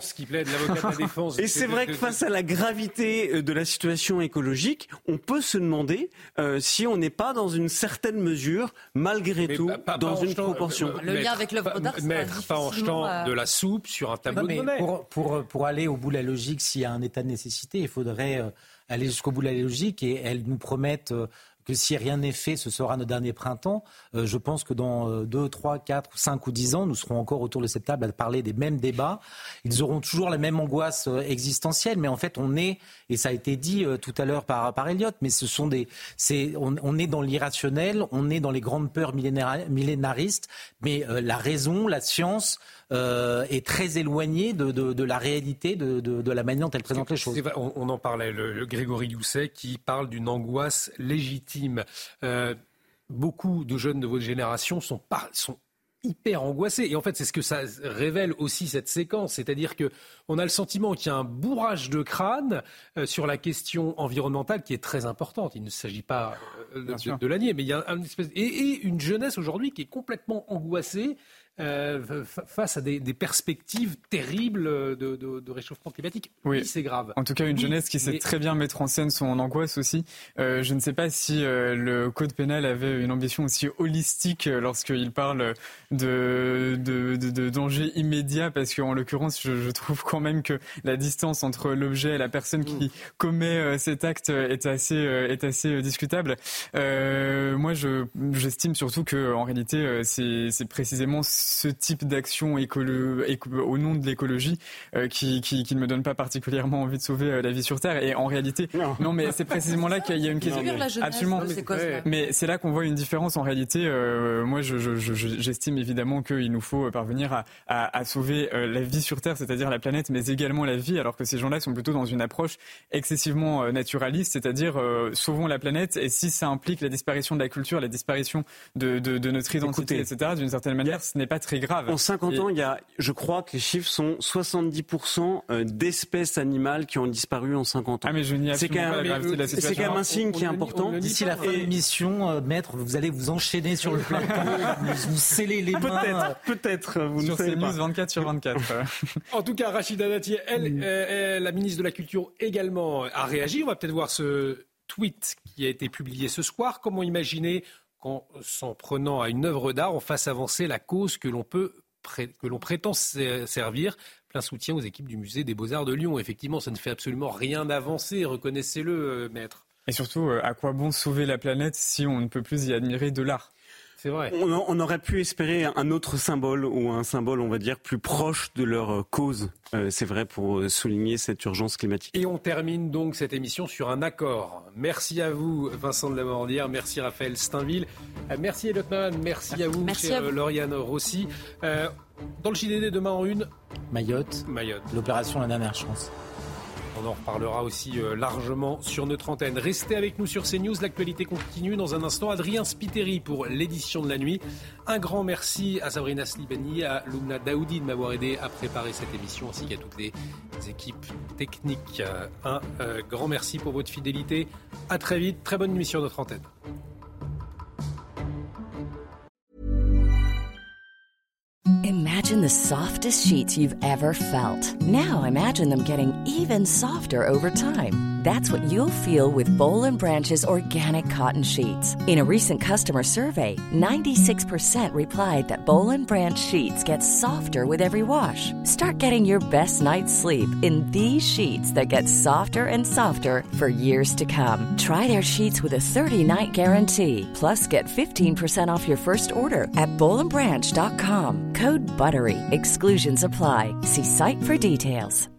et c'est vrai que face à la gravité de la situation écologique, on peut se demander si on n'est pas dans une certaine mesure, malgré tout, dans une proportion. Le lien avec l'œuvre d'art, pas en jetant de la soupe sur un tableau de monnaie. Pour aller au bout de la logique, s'il y a un état de nécessité, il faudrait aller jusqu'au bout de la logique, et elles nous promettent que si rien n'est fait, ce sera notre dernier printemps. Je pense que dans 2, 3, 4, 5 ou 10 ans, nous serons encore autour de cette table à parler des mêmes débats. Ils auront toujours la même angoisse existentielle, mais en fait, on est, et ça a été dit tout à l'heure par Elliot, mais on est dans l'irrationnel, on est dans les grandes peurs millénaristes, mais la raison, la science est très éloignée de la réalité, de la manière dont elle présente les choses. On en parlait, le Grégory Doucet qui parle d'une angoisse légitime. Beaucoup de jeunes de votre génération sont hyper angoissés. Et en fait, c'est ce que ça révèle aussi, cette séquence. C'est-à-dire qu'on a le sentiment qu'il y a un bourrage de crâne sur la question environnementale qui est très importante. Il ne s'agit pas de la nier, mais il y a et une jeunesse aujourd'hui qui est complètement angoissée face à des perspectives terribles de réchauffement climatique. Oui, c'est grave. En tout cas, une jeunesse qui sait très bien mettre en scène son angoisse aussi. Je ne sais pas si le Code pénal avait une ambition aussi holistique lorsqu'il parle de danger immédiat, parce qu'en l'occurrence, je trouve quand même que la distance entre l'objet et la personne qui commet cet acte est assez discutable. Moi, j'estime surtout que en réalité, c'est précisément ce type d'action au nom de l'écologie qui ne me donne pas particulièrement envie de sauver la vie sur Terre. Et en réalité, non, mais c'est précisément là qu'il y a une question. Absolument. Mais c'est là qu'on voit une différence en réalité. Moi, j'estime évidemment qu'il nous faut parvenir à sauver la vie sur Terre, c'est-à-dire la planète, mais également la vie, alors que ces gens-là sont plutôt dans une approche excessivement naturaliste, c'est-à-dire sauvons la planète, et si ça implique la disparition de la culture, la disparition de notre identité, etc., d'une certaine manière, ce n'est pas très grave. En 50 ans, je crois que les chiffres sont 70% d'espèces animales qui ont disparu en 50 ans. Ah, mais je n'y absolument pas la gravité de la situation. C'est quand même un signe qui est important. D'ici la fin de l'émission, maître, vous allez vous enchaîner sur le plateau, vous scellez les mains. Peut-être. Vous sur ne savez CNews pas. 24/24. En tout cas, Rachida Dati, la ministre de la Culture également, a réagi. On va peut-être voir ce tweet qui a été publié ce soir. Comment imaginer qu'en s'en prenant à une œuvre d'art, on fasse avancer la cause que l'on prétend servir. Plein soutien aux équipes du musée des Beaux-Arts de Lyon. Effectivement, ça ne fait absolument rien avancer, reconnaissez-le, maître. Et surtout, à quoi bon sauver la planète si on ne peut plus y admirer de l'art ? C'est vrai. On aurait pu espérer un autre symbole, ou un symbole, on va dire, plus proche de leur cause. C'est vrai, pour souligner cette urgence climatique. Et on termine donc cette émission sur un accord. Merci à vous, Vincent de la Morandière. Merci, Raphaël Steinville. Merci, Elliot Maman. Merci à vous, Lauriane Rossi. Dans le JDD, demain en une. Mayotte. L'opération La Dernière Chance. On en reparlera aussi largement sur notre antenne. Restez avec nous sur CNews. L'actualité continue dans un instant. Adrien Spiteri pour l'édition de la nuit. Un grand merci à Sabrina Slibani, à Lumna Daoudi de m'avoir aidé à préparer cette émission, ainsi qu'à toutes les équipes techniques. Un grand merci pour votre fidélité. À très vite. Très bonne nuit sur notre antenne. Imagine the softest sheets you've ever felt. Now imagine them getting even softer over time. That's what you'll feel with Boll & Branch's organic cotton sheets. In a recent customer survey, 96% replied that Boll & Branch sheets get softer with every wash. Start getting your best night's sleep in these sheets that get softer and softer for years to come. Try their sheets with a 30-night guarantee. Plus, get 15% off your first order at bollandbranch.com. Code BUTTERY. Exclusions apply. See site for details.